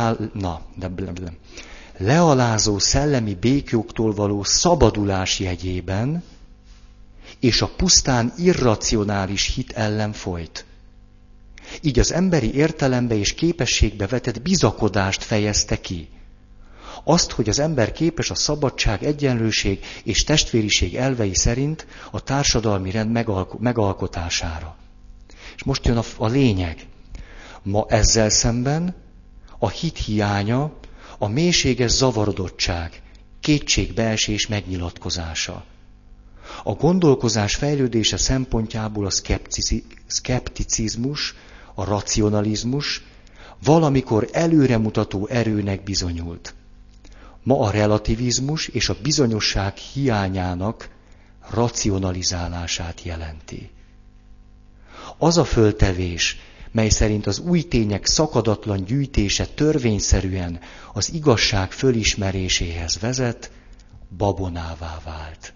S1: lealázó szellemi békjóktól való szabadulás jegyében és a pusztán irracionális hit ellen folyt. Így az emberi értelembe és képességbe vetett bizakodást fejezte ki. Azt, hogy az ember képes a szabadság, egyenlőség és testvériség elvei szerint a társadalmi rend megalkotására. És most jön a lényeg. Ma ezzel szemben a hit hiánya, a mélységes zavarodottság, kétségbeesés megnyilatkozása. A gondolkozás fejlődése szempontjából a szkepticizmus, a racionalizmus valamikor előremutató erőnek bizonyult. Ma a relativizmus és a bizonyosság hiányának racionalizálását jelenti. Az a föltevés, mely szerint az új tények szakadatlan gyűjtése törvényszerűen az igazság fölismeréséhez vezet, babonává vált.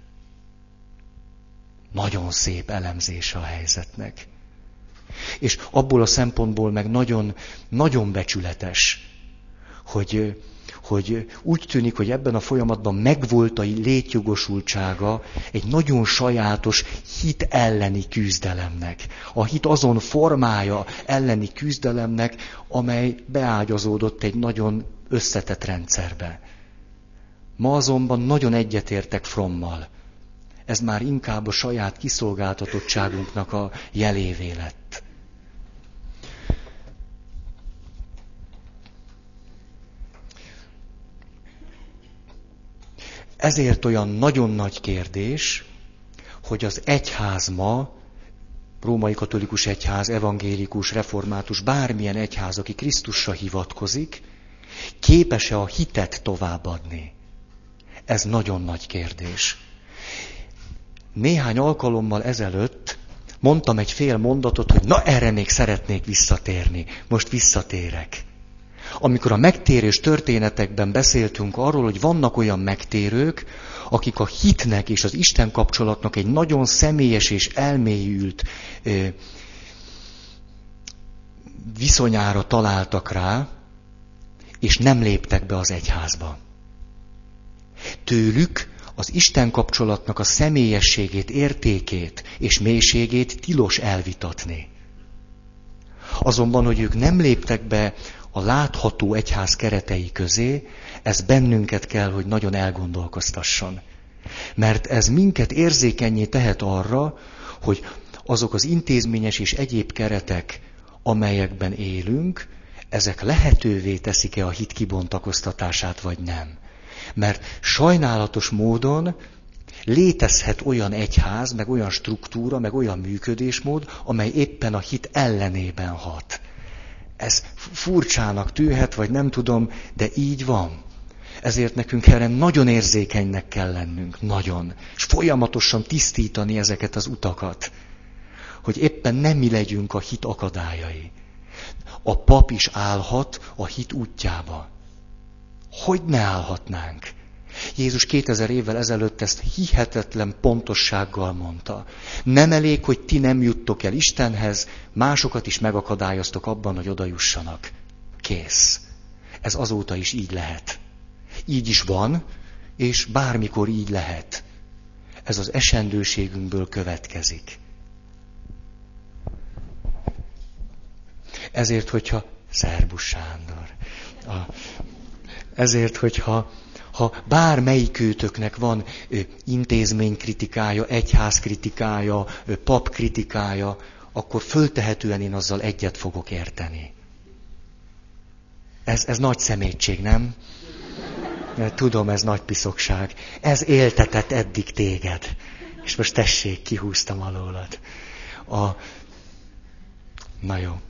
S1: Nagyon szép elemzése a helyzetnek. És abból a szempontból meg nagyon, nagyon becsületes, hogy úgy tűnik, hogy ebben a folyamatban megvolt a létjogosultsága egy nagyon sajátos hit elleni küzdelemnek. A hit azon formája elleni küzdelemnek, amely beágyazódott egy nagyon összetett rendszerbe. Ma azonban nagyon egyetértek Frommmal. Ez már inkább a saját kiszolgáltatottságunknak a jelévé lett. Ezért olyan nagyon nagy kérdés, hogy az egyház ma, római katolikus egyház, evangélikus, református, bármilyen egyház, aki Krisztusra hivatkozik, képes-e a hitet továbbadni? Ez nagyon nagy kérdés. Néhány alkalommal ezelőtt mondtam egy fél mondatot, hogy na erre még szeretnék visszatérni. Most visszatérek. Amikor a megtérés történetekben beszéltünk arról, hogy vannak olyan megtérők, akik a hitnek és az Isten kapcsolatnak egy nagyon személyes és elmélyült viszonyára találtak rá, és nem léptek be az egyházba. Tőlük az Isten kapcsolatnak a személyességét, értékét és mélységét tilos elvitatni. Azonban, hogy ők nem léptek be a látható egyház keretei közé, ez bennünket kell, hogy nagyon elgondolkoztasson. Mert ez minket érzékennyé tehet arra, hogy azok az intézményes és egyéb keretek, amelyekben élünk, ezek lehetővé teszik-e a hit kibontakoztatását, vagy nem. Mert sajnálatos módon létezhet olyan egyház, meg olyan struktúra, meg olyan működésmód, amely éppen a hit ellenében hat. Ez furcsának tűnhet, vagy nem tudom, de így van. Ezért nekünk erre nagyon érzékenynek kell lennünk, nagyon. És folyamatosan tisztítani ezeket az utakat, hogy éppen nem mi legyünk a hit akadályai. A pap is állhat a hit útjába. Hogy ne állhatnánk? Jézus 2000 évvel ezelőtt ezt hihetetlen pontossággal mondta. Nem elég, hogy ti nem juttok el Istenhez, másokat is megakadályoztok abban, hogy oda jussanak. Kész. Ez azóta is így lehet. Így is van, és bármikor így lehet. Ez az esendőségünkből következik. Ezért, hogyha... Szerbusz Sándor. Ezért, hogyha bármelyikőtöknek van intézménykritikája, egyházkritikája, papkritikája, akkor föltehetően én azzal egyet fogok érteni. Ez nagy szemétség, nem? Tudom, ez nagy piszokság. Ez éltetett eddig téged. És most tessék, kihúztam alólad. Na jó.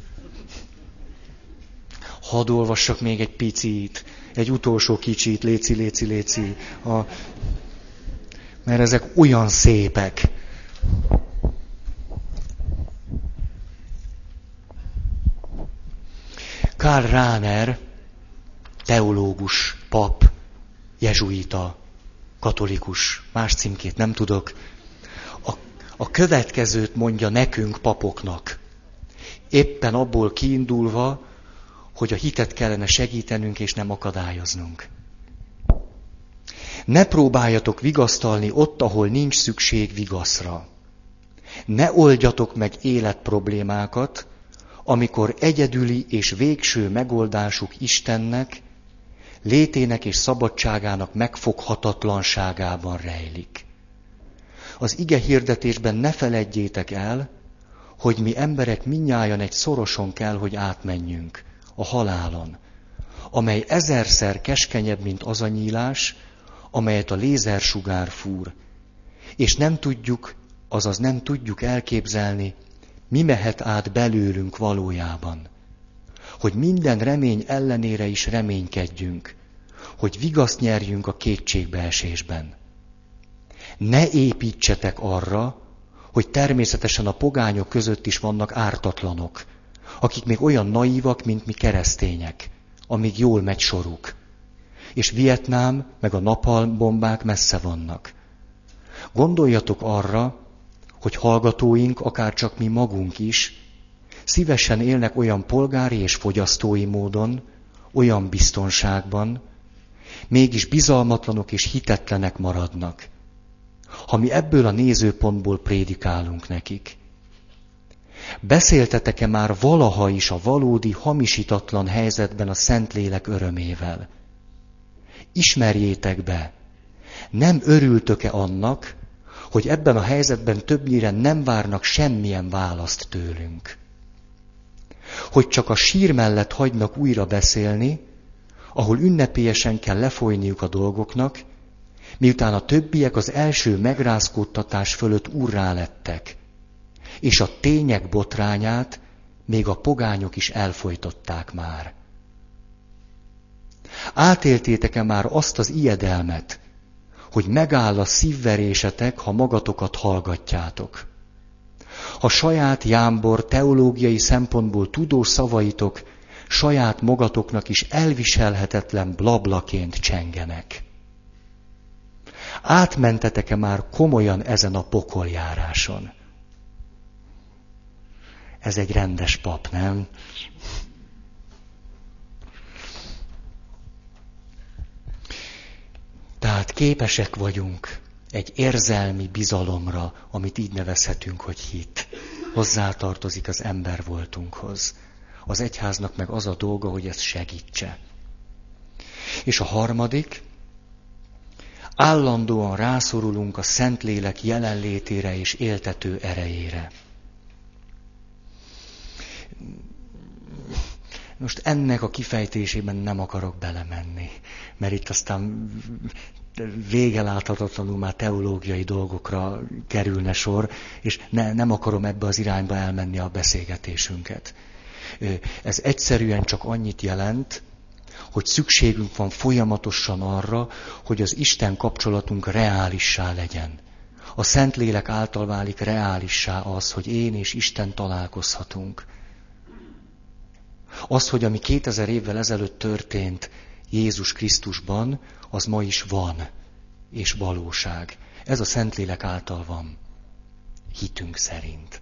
S1: Hadd olvassak még egy picit, egy utolsó kicsit, léci. Mert ezek olyan szépek. Karl Rahner, teológus, pap, jezsuita, katolikus, más címkét nem tudok, a következőt mondja nekünk papoknak, éppen abból kiindulva, hogy a hitet kellene segítenünk és nem akadályoznunk. Ne próbáljatok vigasztalni ott, ahol nincs szükség vigaszra. Ne oldjatok meg életproblémákat, amikor egyedüli és végső megoldásuk Istennek, létének és szabadságának megfoghatatlanságában rejlik. Az ige hirdetésben ne feledjétek el, hogy mi emberek mindnyájan egy szoroson kell, hogy átmenjünk, a halálon, amely 1000-szer keskenyebb, mint az a nyílás, amelyet a lézersugár fúr, és nem tudjuk elképzelni, mi mehet át belőlünk valójában. Hogy minden remény ellenére is reménykedjünk, hogy vigaszt nyerjünk a kétségbeesésben. Ne építsetek arra, hogy természetesen a pogányok között is vannak ártatlanok, akik még olyan naívak, mint mi keresztények, amíg jól megy soruk. És Vietnám meg a napalmbombák messze vannak. Gondoljatok arra, hogy hallgatóink, akár csak mi magunk is, szívesen élnek olyan polgári és fogyasztói módon, olyan biztonságban, mégis bizalmatlanok és hitetlenek maradnak, ha mi ebből a nézőpontból prédikálunk nekik. Beszéltetek-e már valaha is a valódi, hamisítatlan helyzetben a Szentlélek örömével? Ismerjétek be, nem örültök-e annak, hogy ebben a helyzetben többnyire nem várnak semmilyen választ tőlünk? Hogy csak a sír mellett hagynak újra beszélni, ahol ünnepélyesen kell lefolyniuk a dolgoknak, miután a többiek az első megrázkódtatás fölött urrá lettek, és a tények botrányát még a pogányok is elfojtották már. Átéltétek-e már azt az ijedelmet, hogy megáll a szívverésetek, ha magatokat hallgatjátok? Ha saját jámbor teológiai szempontból tudós szavaitok saját magatoknak is elviselhetetlen blablaként csengenek. Átmentetek-e már komolyan ezen a pokoljáráson? Ez egy rendes pap, nem? Tehát képesek vagyunk egy érzelmi bizalomra, amit így nevezhetünk, hogy hit. Hozzátartozik az embervoltunkhoz. Az egyháznak meg az a dolga, hogy ezt segítse. És a harmadik, állandóan rászorulunk a Szentlélek jelenlétére és éltető erejére. Most ennek a kifejtésében nem akarok belemenni, mert itt aztán végeláthatatlanul már teológiai dolgokra kerülne sor, és nem akarom ebbe az irányba elmenni a beszélgetésünket. Ez egyszerűen csak annyit jelent, hogy szükségünk van folyamatosan arra, hogy az Isten kapcsolatunk reálissá legyen. A Szentlélek által válik reálissá az, hogy én és Isten találkozhatunk. Az, hogy ami 2000 évvel ezelőtt történt Jézus Krisztusban, az ma is van, és valóság. Ez a Szentlélek által van, hitünk szerint.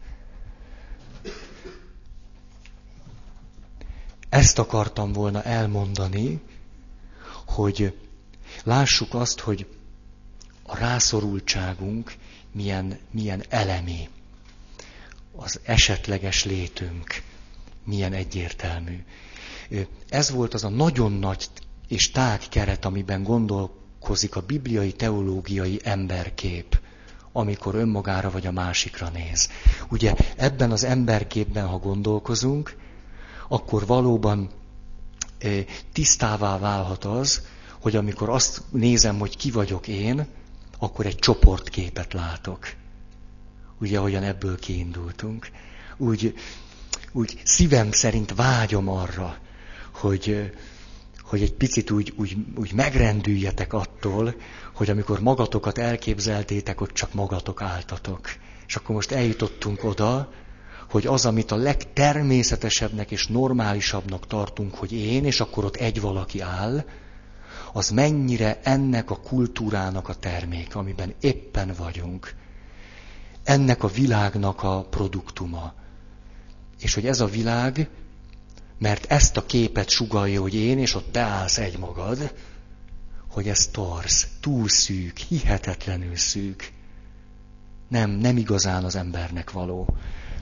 S1: Ezt akartam volna elmondani, hogy lássuk azt, hogy a rászorultságunk milyen elemi, az esetleges létünk milyen egyértelmű. Ez volt az a nagyon nagy és tág keret, amiben gondolkozik a bibliai teológiai emberkép, amikor önmagára vagy a másikra néz. Ugye ebben az emberképben, ha gondolkozunk, akkor valóban tisztává válhat az, hogy amikor azt nézem, hogy ki vagyok én, akkor egy csoportképet látok. Ugye, ahogyan ebből kiindultunk. Úgy szívem szerint vágyom arra, hogy egy picit úgy megrendüljetek attól, hogy amikor magatokat elképzeltétek, ott csak magatok álltatok. És akkor most eljutottunk oda, hogy az, amit a legtermészetesebbnek és normálisabbnak tartunk, hogy én, és akkor ott egy valaki áll, az mennyire ennek a kultúrának a terméke, amiben éppen vagyunk. Ennek a világnak a produktuma. És hogy ez a világ, mert ezt a képet sugallja, hogy én, és ott te állsz egymagad, hogy ez torz, túl szűk, hihetetlenül szűk. Nem igazán az embernek való.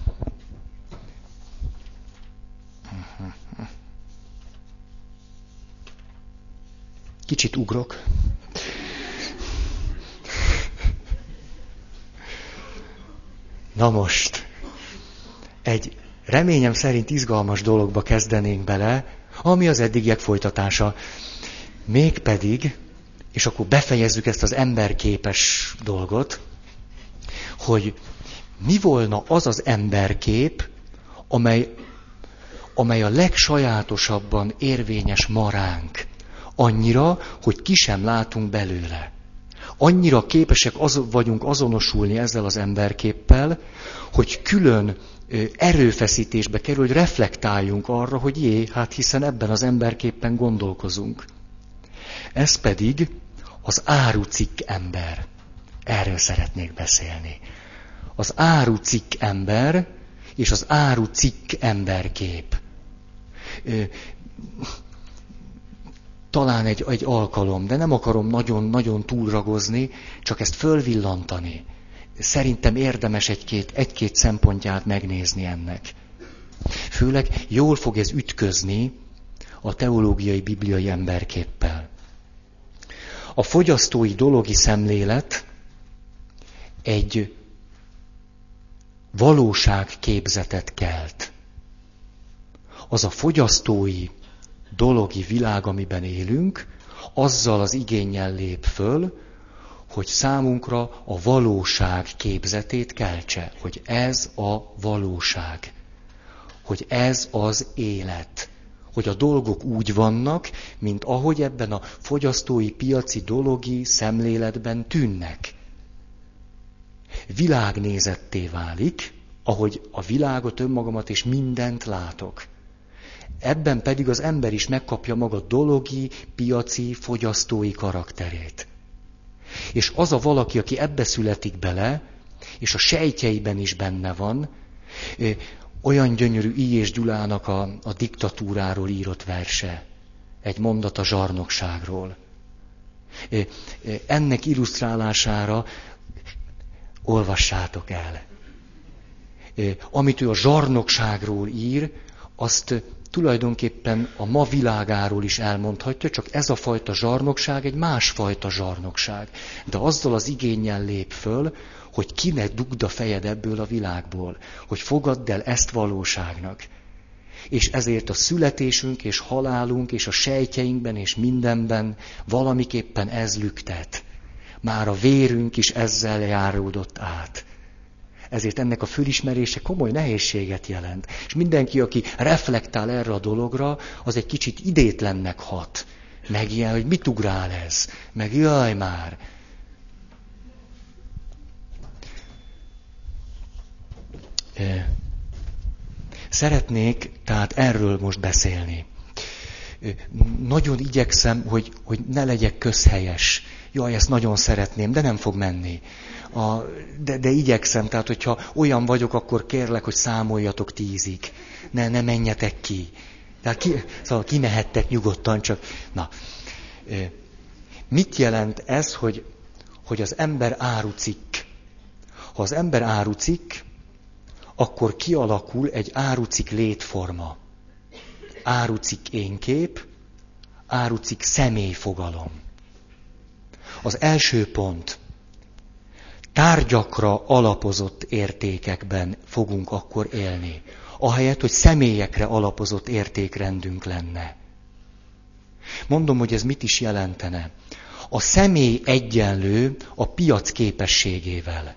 S1: Kicsit ugrok. Na most, egy reményem szerint izgalmas dologba kezdenénk bele, ami az eddigiek folytatása. Mégpedig, és akkor befejezzük ezt az emberképes dolgot, hogy mi volna az az emberkép, amely a legsajátosabban érvényes ma ránk. Annyira, hogy ki sem látunk belőle. Annyira képesek vagyunk azonosulni ezzel az emberképpel, hogy külön erőfeszítésbe kerül, hogy reflektáljunk arra, hogy hát hiszen ebben az emberképpen gondolkozunk. Ez pedig az árucikk ember. Erről szeretnék beszélni. Az árucikk ember és az árucikk emberkép. Talán egy alkalom, de nem akarom nagyon túlragozni, csak ezt fölvillantani. Szerintem érdemes egy-két szempontját megnézni ennek. Főleg jól fog ez ütközni a teológiai, bibliai emberképpel. A fogyasztói dologi szemlélet egy valóságképzetet kelt. Az a fogyasztói dologi világ, amiben élünk, azzal az igénnyel lép föl, hogy számunkra a valóság képzetét keltse, hogy ez a valóság, hogy ez az élet, hogy a dolgok úgy vannak, mint ahogy ebben a fogyasztói, piaci, dologi szemléletben tűnnek. Világnézetté válik, ahogy a világot, önmagamat és mindent látok. Ebben pedig az ember is megkapja maga dologi, piaci, fogyasztói karakterét. És az a valaki, aki ebbe születik bele, és a sejtjeiben is benne van, olyan gyönyörű I. és Gyulának a diktatúráról írott verse, egy mondat a zsarnokságról. Ennek illusztrálására olvassátok el. Amit ő a zsarnokságról ír, azt tulajdonképpen a ma világáról is elmondhatja, csak ez a fajta zsarnokság egy másfajta zsarnokság. De azzal az igénnyel lép föl, hogy ki ne dugd a fejed ebből a világból, hogy fogadd el ezt valóságnak. És ezért a születésünk és halálunk és a sejtjeinkben és mindenben valamiképpen ez lüktet. Már a vérünk is ezzel járódott át. Ezért ennek a fölismerése komoly nehézséget jelent. És mindenki, aki reflektál erre a dologra, az egy kicsit idétlennek hat. Meg ilyen, hogy mit ugrál ez? Meg jaj már! Szeretnék tehát erről most beszélni. Nagyon igyekszem, hogy ne legyek közhelyes. Jaj, ezt nagyon szeretném, de nem fog menni. De igyekszem, tehát hogyha olyan vagyok, akkor kérlek, hogy számoljatok 10-ig. Ne menjetek ki. Tehát szóval kimehettek nyugodtan, csak... Na, mit jelent ez, hogy az ember árucikk? Ha az ember árucikk, akkor kialakul egy árucikk létforma. Árucikk énkép, árucikk személyfogalom. Az első pont. Tárgyakra alapozott értékekben fogunk akkor élni. Ahelyett, hogy személyekre alapozott értékrendünk lenne. Mondom, hogy ez mit is jelentene. A személy egyenlő a piac képességével.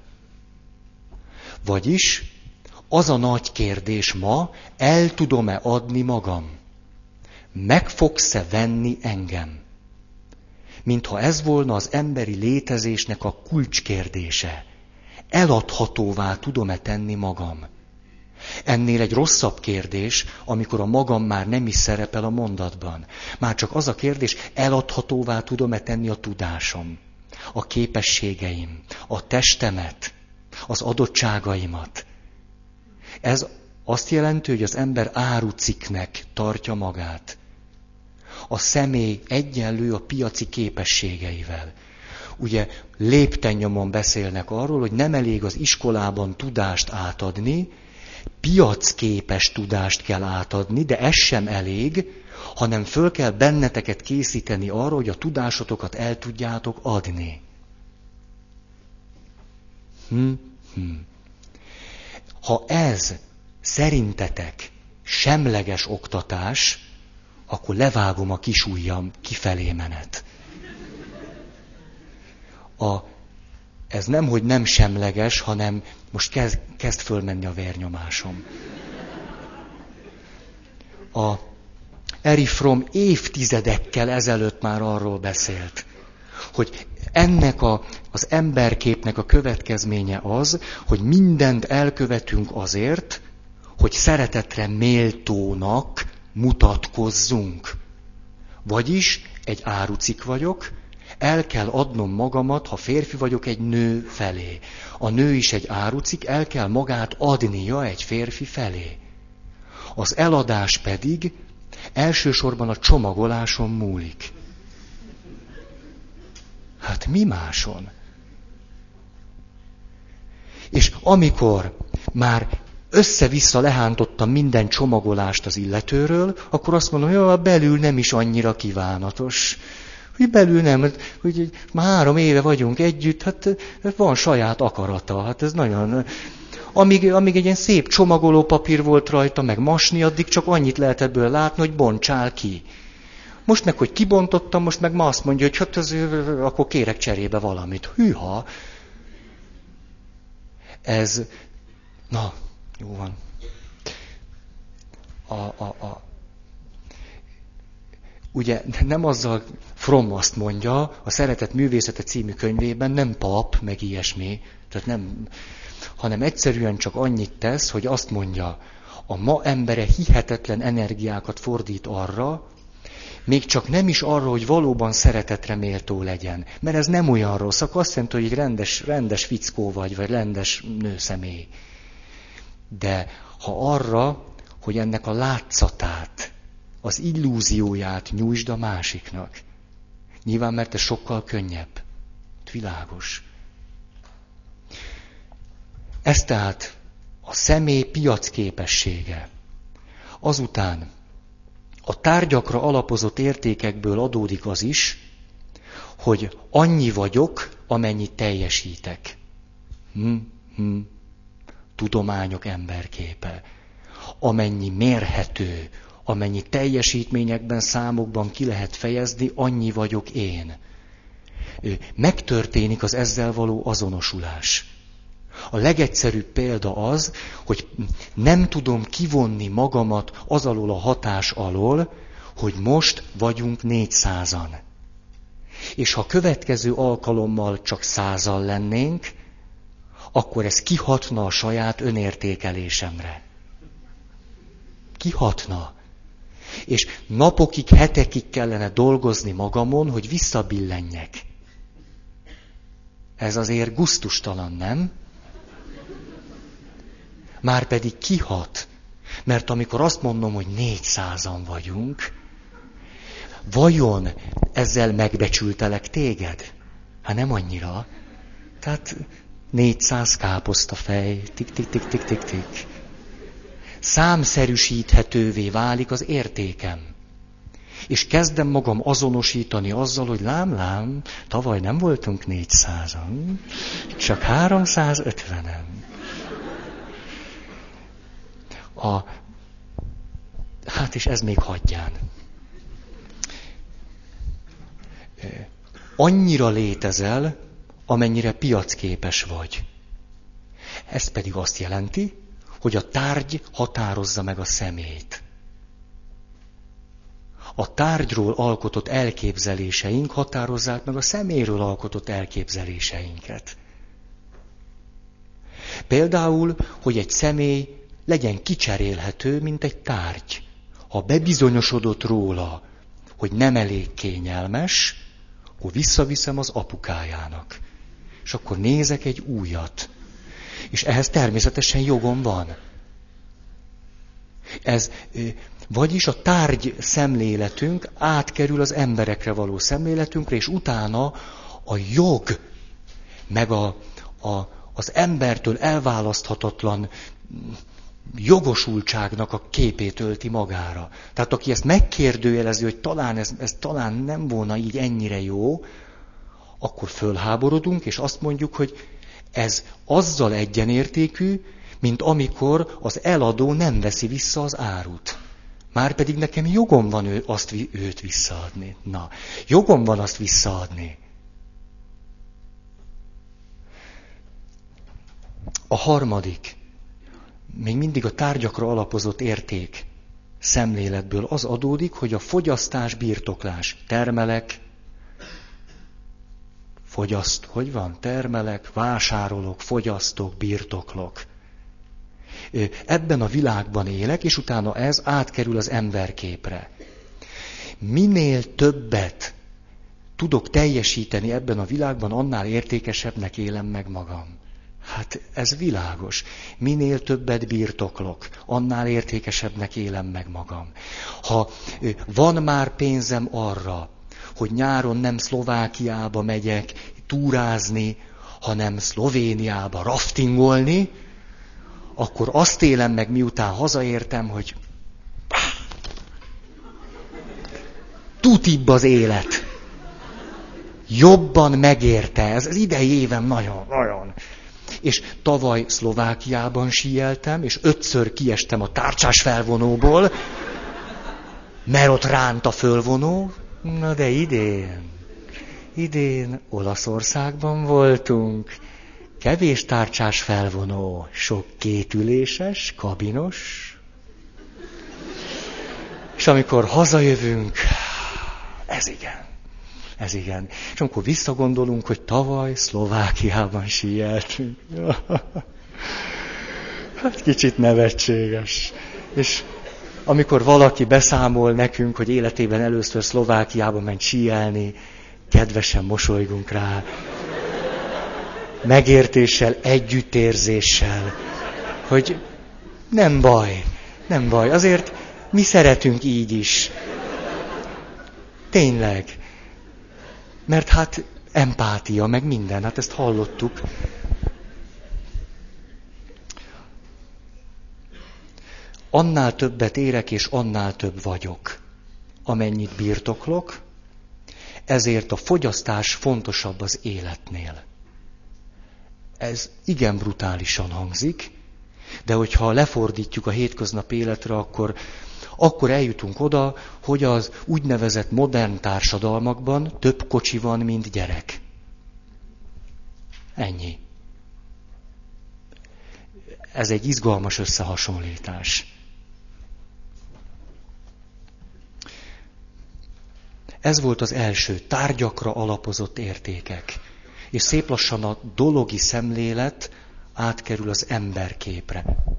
S1: Vagyis az a nagy kérdés ma, el tudom-e adni magam? Meg fogsz-e venni engem? Mintha ez volna az emberi létezésnek a kulcskérdése. Eladhatóvá tudom-e tenni magam? Ennél egy rosszabb kérdés, amikor a magam már nem is szerepel a mondatban. Már csak az a kérdés, eladhatóvá tudom-e tenni a tudásom, a képességeim, a testemet, az adottságaimat. Ez azt jelenti, hogy az ember árucikknek tartja magát. A személy egyenlő a piaci képességeivel. Ugye léptennyomon beszélnek arról, hogy nem elég az iskolában tudást átadni, piacképes tudást kell átadni, de ez sem elég, hanem föl kell benneteket készíteni arra, hogy a tudásotokat el tudjátok adni. Ha ez szerintetek semleges oktatás, akkor levágom a kis ujjam, kifelé menet. Ez nem, hogy nem semleges, hanem most kezd fölmenni a vérnyomásom. Erich Fromm évtizedekkel ezelőtt már arról beszélt, hogy ennek az emberképnek a következménye az, hogy mindent elkövetünk azért, hogy szeretetre méltónak mutatkozzunk. Vagyis egy árucikk vagyok, el kell adnom magamat, ha férfi vagyok, egy nő felé. A nő is egy árucikk, el kell magát adnia egy férfi felé. Az eladás pedig elsősorban a csomagoláson múlik. Hát mi máson? És amikor már össze-vissza lehántottam minden csomagolást az illetőről, akkor azt mondom, hogy a belül nem is annyira kívánatos. Hogy belül nem, hogy már 3 éve vagyunk együtt, hát van saját akarata, hát ez nagyon... Amíg egy ilyen szép csomagolópapír volt rajta, meg masni, addig csak annyit lehet ebből látni, hogy bontsál ki. Most meg, hogy kibontottam, most meg ma azt mondja, hogy hát akkor kérek cserébe valamit. Hűha! Ez... Na, jó van. Ugye nem azzal, Fromm azt mondja, a Szeretet művészete című könyvében, nem pap, meg ilyesmi, tehát nem, hanem egyszerűen csak annyit tesz, hogy azt mondja, a ma embere hihetetlen energiákat fordít arra, még csak nem is arra, hogy valóban szeretetre méltó legyen. Mert ez nem olyan rossz, akkor azt jelenti, hogy egy rendes fickó vagy rendes nőszemély. De ha arra, hogy ennek a látszatát, az illúzióját nyújtsd a másiknak. Nyilván, mert ez sokkal könnyebb. Világos. Ez tehát a személy piacképessége. Azután a tárgyakra alapozott értékekből adódik az is, hogy annyi vagyok, amennyit teljesítek. Tudományok emberképe. Amennyi mérhető, amennyi teljesítményekben, számokban ki lehet fejezni, annyi vagyok én. Megtörténik az ezzel való azonosulás. A legegyszerűbb példa az, hogy nem tudom kivonni magamat az alól a hatás alól, hogy most vagyunk 400-an. És ha következő alkalommal csak 100-an lennénk, akkor ez kihatna a saját önértékelésemre. Kihatna. És napokig, hetekig kellene dolgozni magamon, hogy visszabillenjek. Ez azért gusztustalan, nem? Márpedig kihat. Mert amikor azt mondom, hogy 400-an vagyunk, vajon ezzel megbecsültelek téged? Hát nem annyira. Tehát 400 káposztafej, tik-tik-tik-tik-tik-tik. Számszerűsíthetővé válik az értékem. És kezdem magam azonosítani azzal, hogy lám, tavaly nem voltunk 400-an, csak 350-en. Hát és ez még hagyján. annyira létezel, amennyire piacképes vagy. Ez pedig azt jelenti, hogy a tárgy határozza meg a személyt. A tárgyról alkotott elképzeléseink határozzák meg a személyről alkotott elképzeléseinket. Például, hogy egy személy legyen kicserélhető, mint egy tárgy. Ha bebizonyosodott róla, hogy nem elég kényelmes, akkor visszaviszem az apukájának. És akkor nézek egy újat. És ehhez természetesen jogom van. Vagyis a tárgy szemléletünk átkerül az emberekre való szemléletünkre, és utána a jog, meg az embertől elválaszthatatlan jogosultságnak a képét ölti magára. Tehát aki ezt megkérdőjelezi, hogy talán ez talán nem volna így ennyire jó, akkor fölháborodunk, és azt mondjuk, hogy ez azzal egyenértékű, mint amikor az eladó nem veszi vissza az árut. Márpedig nekem jogom van őt visszaadni. Na, jogom van azt visszaadni. A harmadik, még mindig a tárgyakra alapozott érték szemléletből az adódik, hogy a fogyasztás, birtoklás, termelek, termelek, vásárolok, fogyasztok, birtoklok. Ebben a világban élek, és utána ez átkerül az emberképre. Minél többet tudok teljesíteni ebben a világban, annál értékesebbnek élem meg magam. Hát ez világos. Minél többet birtoklok, annál értékesebbnek élem meg magam. Ha van már pénzem arra, hogy nyáron nem Szlovákiába megyek túrázni, hanem Szlovéniába raftingolni, akkor azt élem meg, miután hazaértem, hogy tutibb az élet. Jobban megérte. Ez az idei évem nagyon. És tavaly Szlovákiában síeltem, és 5-ször kiestem a tárcsás felvonóból, mert ott ránt a fölvonó. Na de idén Olaszországban voltunk. Kevés tárcsás felvonó, sok kétüléses, kabinos. És amikor hazajövünk, ez igen. És amikor visszagondolunk, hogy tavaly Szlovákiában síeltünk. Hát kicsit nevetséges. És amikor valaki beszámol nekünk, hogy életében először Szlovákiába ment síelni, kedvesen mosolygunk rá. Megértéssel, együttérzéssel, hogy nem baj, azért mi szeretünk így is. Tényleg. Mert hát empátia, meg minden, hát ezt hallottuk. Annál többet érek, és annál több vagyok, amennyit birtoklok, ezért a fogyasztás fontosabb az életnél. Ez igen brutálisan hangzik, de hogyha lefordítjuk a hétköznapi életre, akkor eljutunk oda, hogy az úgynevezett modern társadalmakban több kocsi van, mint gyerek. Ennyi. Ez egy izgalmas összehasonlítás. Ez volt az első, tárgyakra alapozott értékek. És szép lassan a dologi szemlélet átkerül az emberképre.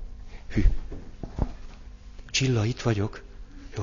S1: Csilla, itt vagyok. Jó.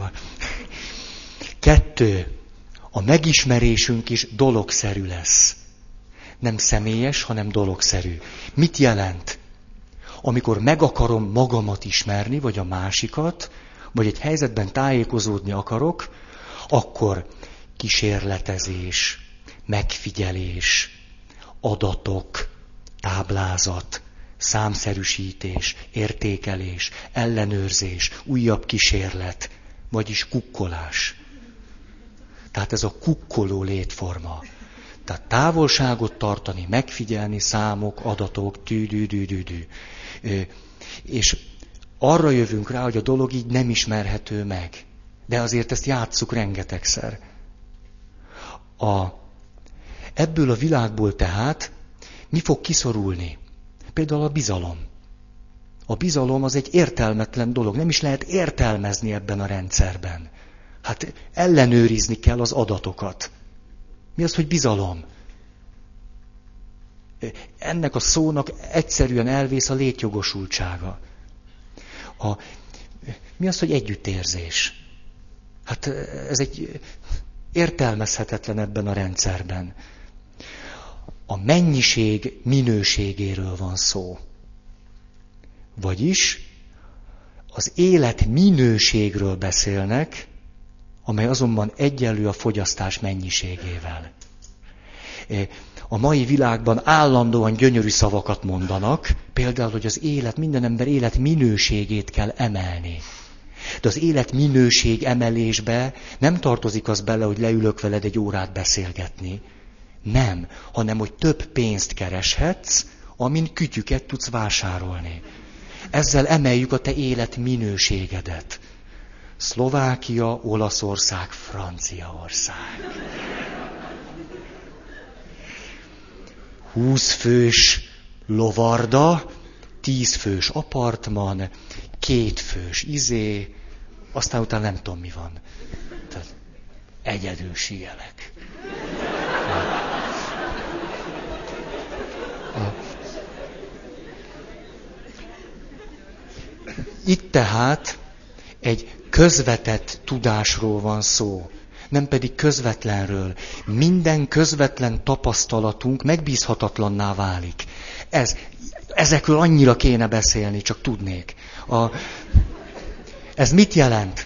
S1: 2. A megismerésünk is dologszerű lesz. Nem személyes, hanem dologszerű. Mit jelent? Amikor meg akarom magamat ismerni, vagy a másikat, vagy egy helyzetben tájékozódni akarok, akkor kísérletezés, megfigyelés, adatok, táblázat, számszerűsítés, értékelés, ellenőrzés, újabb kísérlet, vagyis kukkolás. Tehát ez a kukkoló létforma. Tehát távolságot tartani, megfigyelni, számok, adatok, tű. És arra jövünk rá, hogy a dolog így nem ismerhető meg. De azért ezt játsszuk rengetegszer. Ebből a világból tehát mi fog kiszorulni? Például a bizalom. A bizalom az egy értelmetlen dolog, nem is lehet értelmezni ebben a rendszerben. Hát ellenőrizni kell az adatokat. Mi az, hogy bizalom? Ennek a szónak egyszerűen elvész a létjogosultsága. Mi az, hogy együttérzés? Hát ez egy értelmezhetetlen ebben a rendszerben. A mennyiség minőségéről van szó. Vagyis az élet minőségről beszélnek, amely azonban egyenlő a fogyasztás mennyiségével. A mai világban állandóan gyönyörű szavakat mondanak, például, hogy az élet, minden ember élet minőségét kell emelni. De az élet minőség emelésbe nem tartozik az bele, hogy leülök veled egy órát beszélgetni. Nem, hanem hogy több pénzt kereshetsz, amin kütyüket tudsz vásárolni. Ezzel emeljük a te élet minőségedet. Szlovákia, Olaszország, Franciaország. 20 fős lovarda, 10 fős apartman, 2 fős aztán utána nem tudom mi van. Tehát egyedül síelek. Itt tehát egy közvetett tudásról van szó, nem pedig közvetlenről. Minden közvetlen tapasztalatunk megbízhatatlanná válik. Ezekről annyira kéne beszélni, csak tudnék. Ez mit jelent?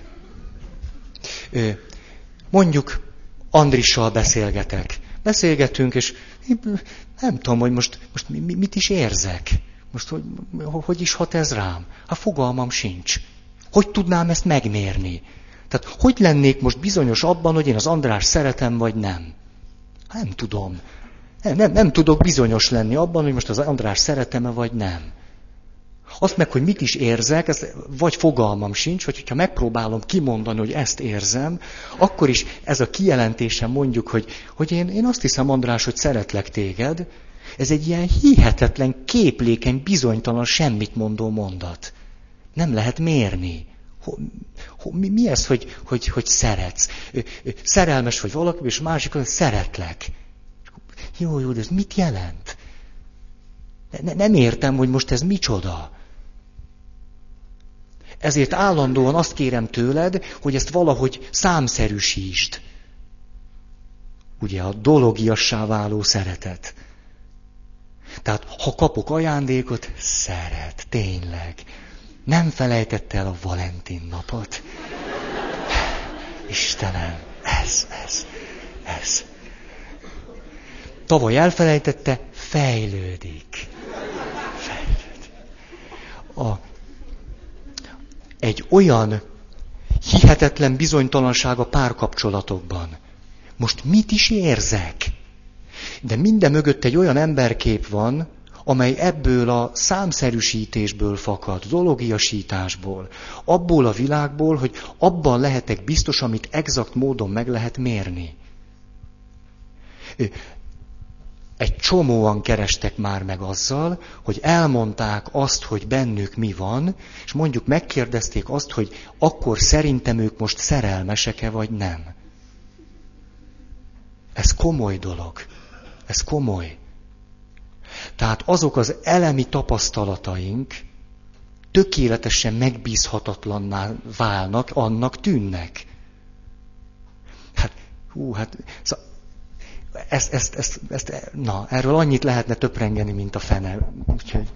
S1: Mondjuk Andrissal beszélgetek. Beszélgetünk, és nem tudom, hogy most mit is érzek. Most hogy is hat ez rám? Hát fogalmam sincs. Hogy tudnám ezt megmérni? Tehát hogy lennék most bizonyos abban, hogy én az András szeretem, vagy nem? Nem tudom. Nem tudok bizonyos lenni abban, hogy most az András szeretem-e, vagy nem. Azt meg, hogy mit is érzek, ez vagy fogalmam sincs, vagy hogyha megpróbálom kimondani, hogy ezt érzem, akkor is ez a kijelentésem mondjuk, hogy én azt hiszem, András, hogy szeretlek téged, ez egy ilyen hihetetlen, képlékeny, bizonytalan, semmit mondó mondat. Nem lehet mérni. Mi ez, hogy szeretsz? Szerelmes vagy valaki, és másik, hogy szeretlek. Jó, de ez mit jelent? Nem értem, hogy most ez micsoda. Ezért állandóan azt kérem tőled, hogy ezt valahogy számszerűsítsd. Ugye a dologiassá váló szeretet. Tehát, ha kapok ajándékot, szeret, tényleg. Nem felejtette el a Valentin napot. Istenem, ez. Tavaly elfelejtette, fejlődik. Egy olyan hihetetlen bizonytalanság a párkapcsolatokban. Most mit is érzek? De minden mögött egy olyan emberkép van, amely ebből a számszerűsítésből fakad, dologiasításból, abból a világból, hogy abban lehetek biztos, amit exakt módon meg lehet mérni. Egy csomóan kerestek már meg azzal, hogy elmondták azt, hogy bennük mi van, és mondjuk megkérdezték azt, hogy akkor szerintem ők most szerelmesek-e, vagy nem. Ez komoly dolog. Ez komoly. Tehát azok az elemi tapasztalataink tökéletesen megbízhatatlanná válnak, annak tűnnek. Erről annyit lehetne töprengeni, mint a fene. Úgyhogy...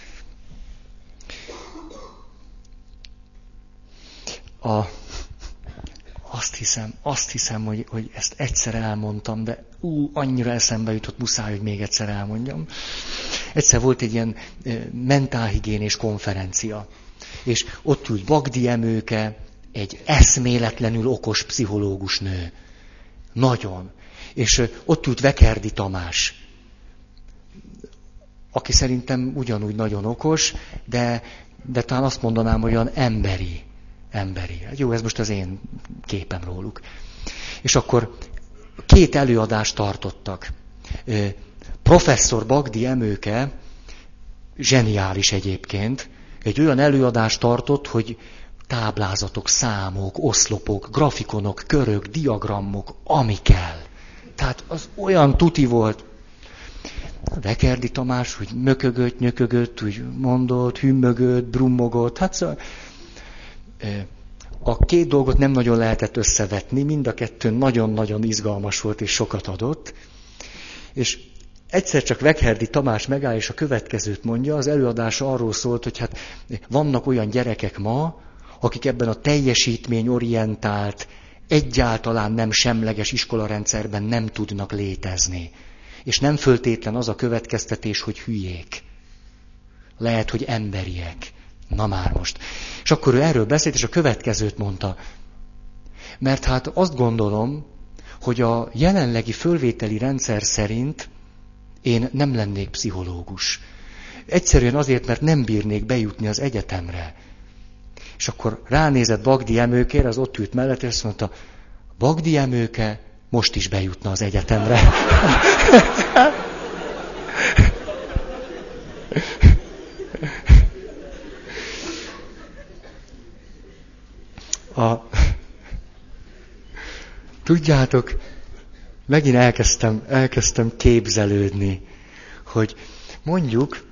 S1: Azt hiszem, hogy ezt egyszer elmondtam, de annyira eszembe jutott, muszáj, hogy még egyszer elmondjam. Egyszer volt egy ilyen mentálhigiénés konferencia, és ott ült Bagdi Emőke, egy eszméletlenül okos pszichológus nő. Nagyon. És ott ült Vekerdi Tamás, aki szerintem ugyanúgy nagyon okos, de talán azt mondanám, hogy olyan emberi. Jó, ez most az én képem róluk. És akkor 2 előadást tartottak. professzor Bagdi Emőke, zseniális egyébként, egy olyan előadást tartott, hogy táblázatok, számok, oszlopok, grafikonok, körök, diagramok, ami kell. Tehát az olyan tuti volt. Vekerdi Tamás, hogy mökögött, nyökögött, úgy mondott, hümmögött, brummogott. Hát szóval, a két dolgot nem nagyon lehetett összevetni, mind a kettő nagyon-nagyon izgalmas volt és sokat adott. És egyszer csak Vekherdi Tamás megáll, és a következőt mondja, az előadása arról szólt, hogy hát vannak olyan gyerekek ma, akik ebben a teljesítményorientált, egyáltalán nem semleges iskolarendszerben nem tudnak létezni. És nem föltétlen az a következtetés, hogy hülyék. Lehet, hogy emberiek. Na már most. És akkor ő erről beszélt, és a következőt mondta. Mert hát azt gondolom, hogy a jelenlegi fölvételi rendszer szerint én nem lennék pszichológus. Egyszerűen azért, mert nem bírnék bejutni az egyetemre. És akkor ránézett Bagdi Emőkére, az ott ült mellett, és azt mondta, Bagdi Emőke most is bejutna az egyetemre. Tudjátok, megint elkezdtem képzelődni, hogy mondjuk,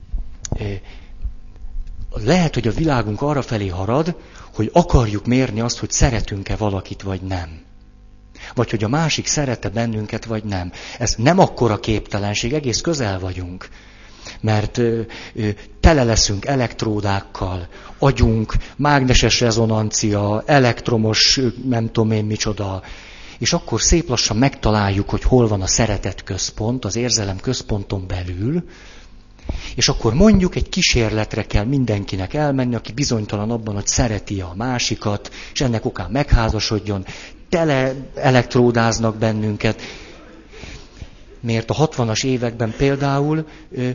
S1: lehet, hogy a világunk arra felé harad, hogy akarjuk mérni azt, hogy szeretünk-e valakit, vagy nem. Vagy hogy a másik szeret-e bennünket, vagy nem. Ez nem akkora képtelenség, egész közel vagyunk. Mert tele leszünk elektródákkal, agyunk, mágneses rezonancia, elektromos, nem tudom én micsoda. És akkor szép lassan megtaláljuk, hogy hol van a szeretet központ, az érzelem központon belül, és akkor mondjuk egy kísérletre kell mindenkinek elmenni, aki bizonytalan abban, hogy szereti a másikat, és ennek okán megházasodjon, tele elektródáznak bennünket. Miért a 60-as években például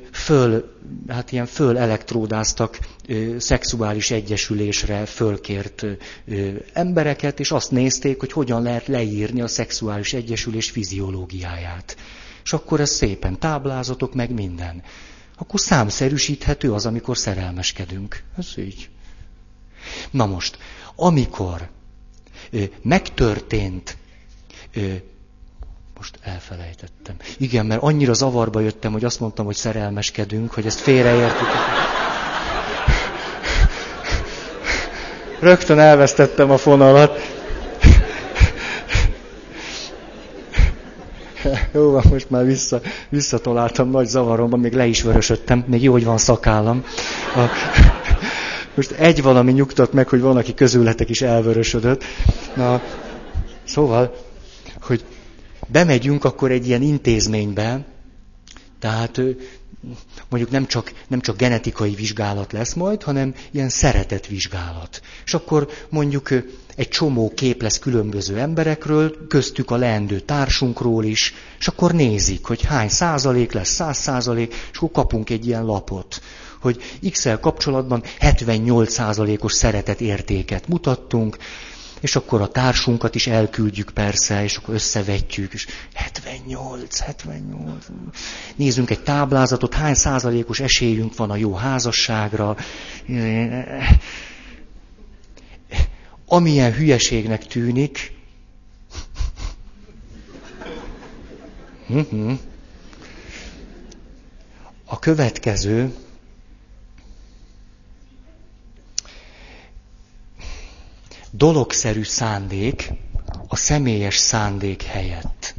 S1: föl elektródáztak szexuális egyesülésre fölkért embereket, és azt nézték, hogy hogyan lehet leírni a szexuális egyesülés fiziológiáját. És akkor ez szépen táblázatok, meg minden. Akkor számszerűsíthető az, amikor szerelmeskedünk. Ez így. Na most, amikor megtörtént, most elfelejtettem. Igen, mert annyira zavarba jöttem, hogy azt mondtam, hogy szerelmeskedünk, hogy ezt félreértik. Rögtön elvesztettem a fonalat. Jó van, most már visszataláltam nagy zavaromban, még le is vörösödtem, még jó, hogy van szakállam. Most egy valami nyugtat meg, hogy van, aki közületek is elvörösödött. Na, szóval, hogy bemegyünk akkor egy ilyen intézménybe, tehát mondjuk nem csak genetikai vizsgálat lesz majd, hanem ilyen szeretetvizsgálat. És akkor mondjuk egy csomó kép lesz különböző emberekről, köztük a leendő társunkról is, és akkor nézik, hogy hány százalék lesz, 100%, és akkor kapunk egy ilyen lapot, hogy X-el kapcsolatban 78%-os szeretetértéket mutattunk, és akkor a társunkat is elküldjük persze, és akkor összevetjük, és 78. Nézzünk egy táblázatot, hány százalékos esélyünk van a jó házasságra. Amilyen hülyeségnek tűnik, a következő, dologszerű szándék a személyes szándék helyett.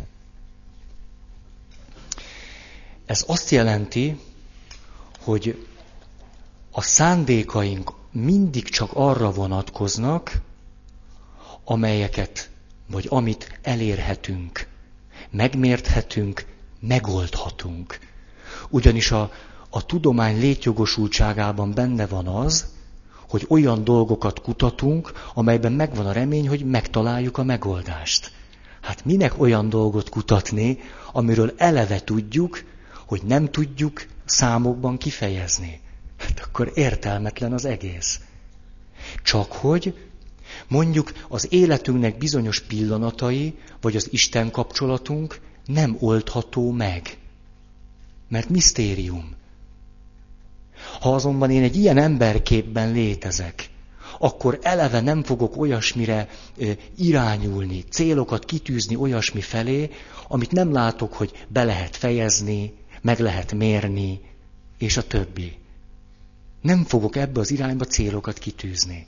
S1: Ez azt jelenti, hogy a szándékaink mindig csak arra vonatkoznak, amelyeket, vagy amit elérhetünk, megmérthetünk, megoldhatunk. Ugyanis a tudomány létjogosultságában benne van az, hogy olyan dolgokat kutatunk, amelyben megvan a remény, hogy megtaláljuk a megoldást. Hát minek olyan dolgot kutatni, amiről eleve tudjuk, hogy nem tudjuk számokban kifejezni. Hát akkor értelmetlen az egész. Csak hogy mondjuk az életünknek bizonyos pillanatai, vagy az Isten kapcsolatunk nem oldható meg, mert misztérium. Ha azonban én egy ilyen emberképben létezek, akkor eleve nem fogok olyasmire irányulni, célokat kitűzni olyasmi felé, amit nem látok, hogy be lehet fejezni, meg lehet mérni, és a többi. Nem fogok ebbe az irányba célokat kitűzni.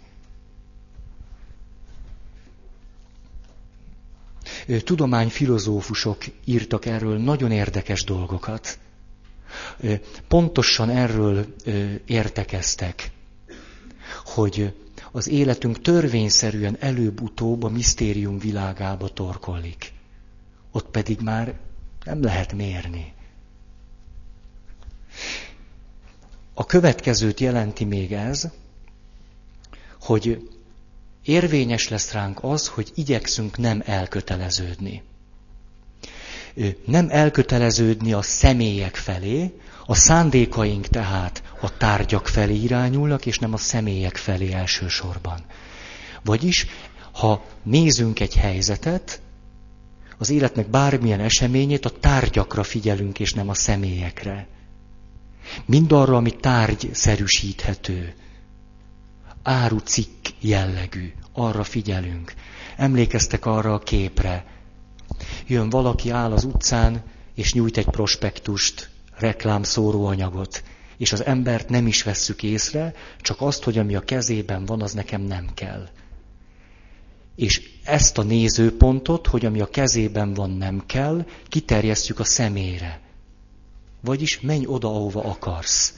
S1: Tudományfilozófusok írtak erről nagyon érdekes dolgokat. Pontosan erről értekeztek, hogy az életünk törvényszerűen előbb-utóbb a misztérium világába torkollik. Ott pedig már nem lehet mérni. A következőt jelenti még ez, hogy érvényes lesz ránk az, hogy igyekszünk nem elköteleződni. Nem elköteleződni a személyek felé, a szándékaink tehát a tárgyak felé irányulnak, és nem a személyek felé elsősorban. Vagyis, ha nézünk egy helyzetet, az életnek bármilyen eseményét, a tárgyakra figyelünk, és nem a személyekre. Mindarra, ami tárgyszerűsíthető, árucikk jellegű, arra figyelünk. Emlékeztek arra a képre. Jön valaki, áll az utcán, és nyújt egy prospektust, reklámszóróanyagot, és az embert nem is vesszük észre, csak azt, hogy ami a kezében van, az nekem nem kell. És ezt a nézőpontot, hogy ami a kezében van, nem kell, kiterjesztjük a személyre. Vagyis menj oda, ahova akarsz.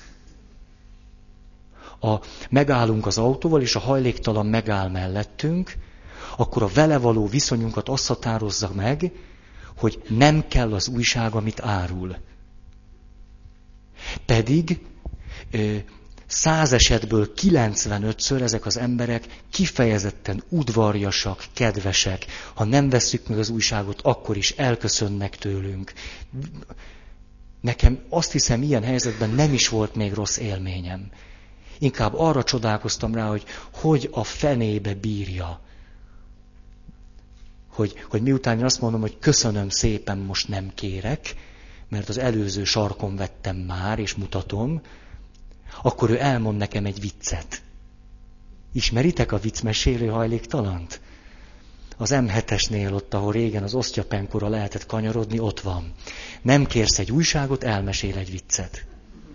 S1: Megállunk az autóval, és a hajléktalan megáll mellettünk, akkor a vele való viszonyunkat azt határozza meg, hogy nem kell az újság, amit árul. Pedig 100 esetből 95-ször ezek az emberek kifejezetten udvarjasak, kedvesek. Ha nem vesszük meg az újságot, akkor is elköszönnek tőlünk. Nekem azt hiszem, ilyen helyzetben nem is volt még rossz élményem. Inkább arra csodálkoztam rá, hogy a fenébe bírja. Hogy miután én azt mondom, hogy köszönöm szépen, most nem kérek, mert az előző sarkon vettem már, és mutatom, akkor ő elmond nekem egy viccet. Ismeritek a viccmesélő hajléktalant? Az M7-esnél ott, ahol régen az osztyapenkora lehetett kanyarodni, ott van. Nem kérsz egy újságot, elmesél egy viccet.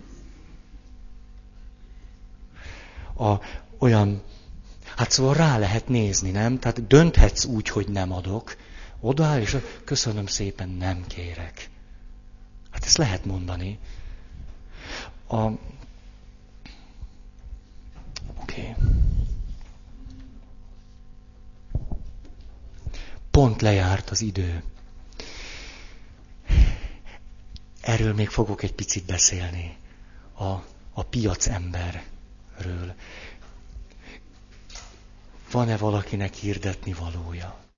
S1: Hát szóval rá lehet nézni, nem? Tehát dönthetsz úgy, hogy nem adok. Odaáll, és köszönöm szépen, nem kérek. Hát ezt lehet mondani. Oké. Pont lejárt az idő. Erről még fogok egy picit beszélni. A piacemberről. Van-e valakinek hirdetni valója?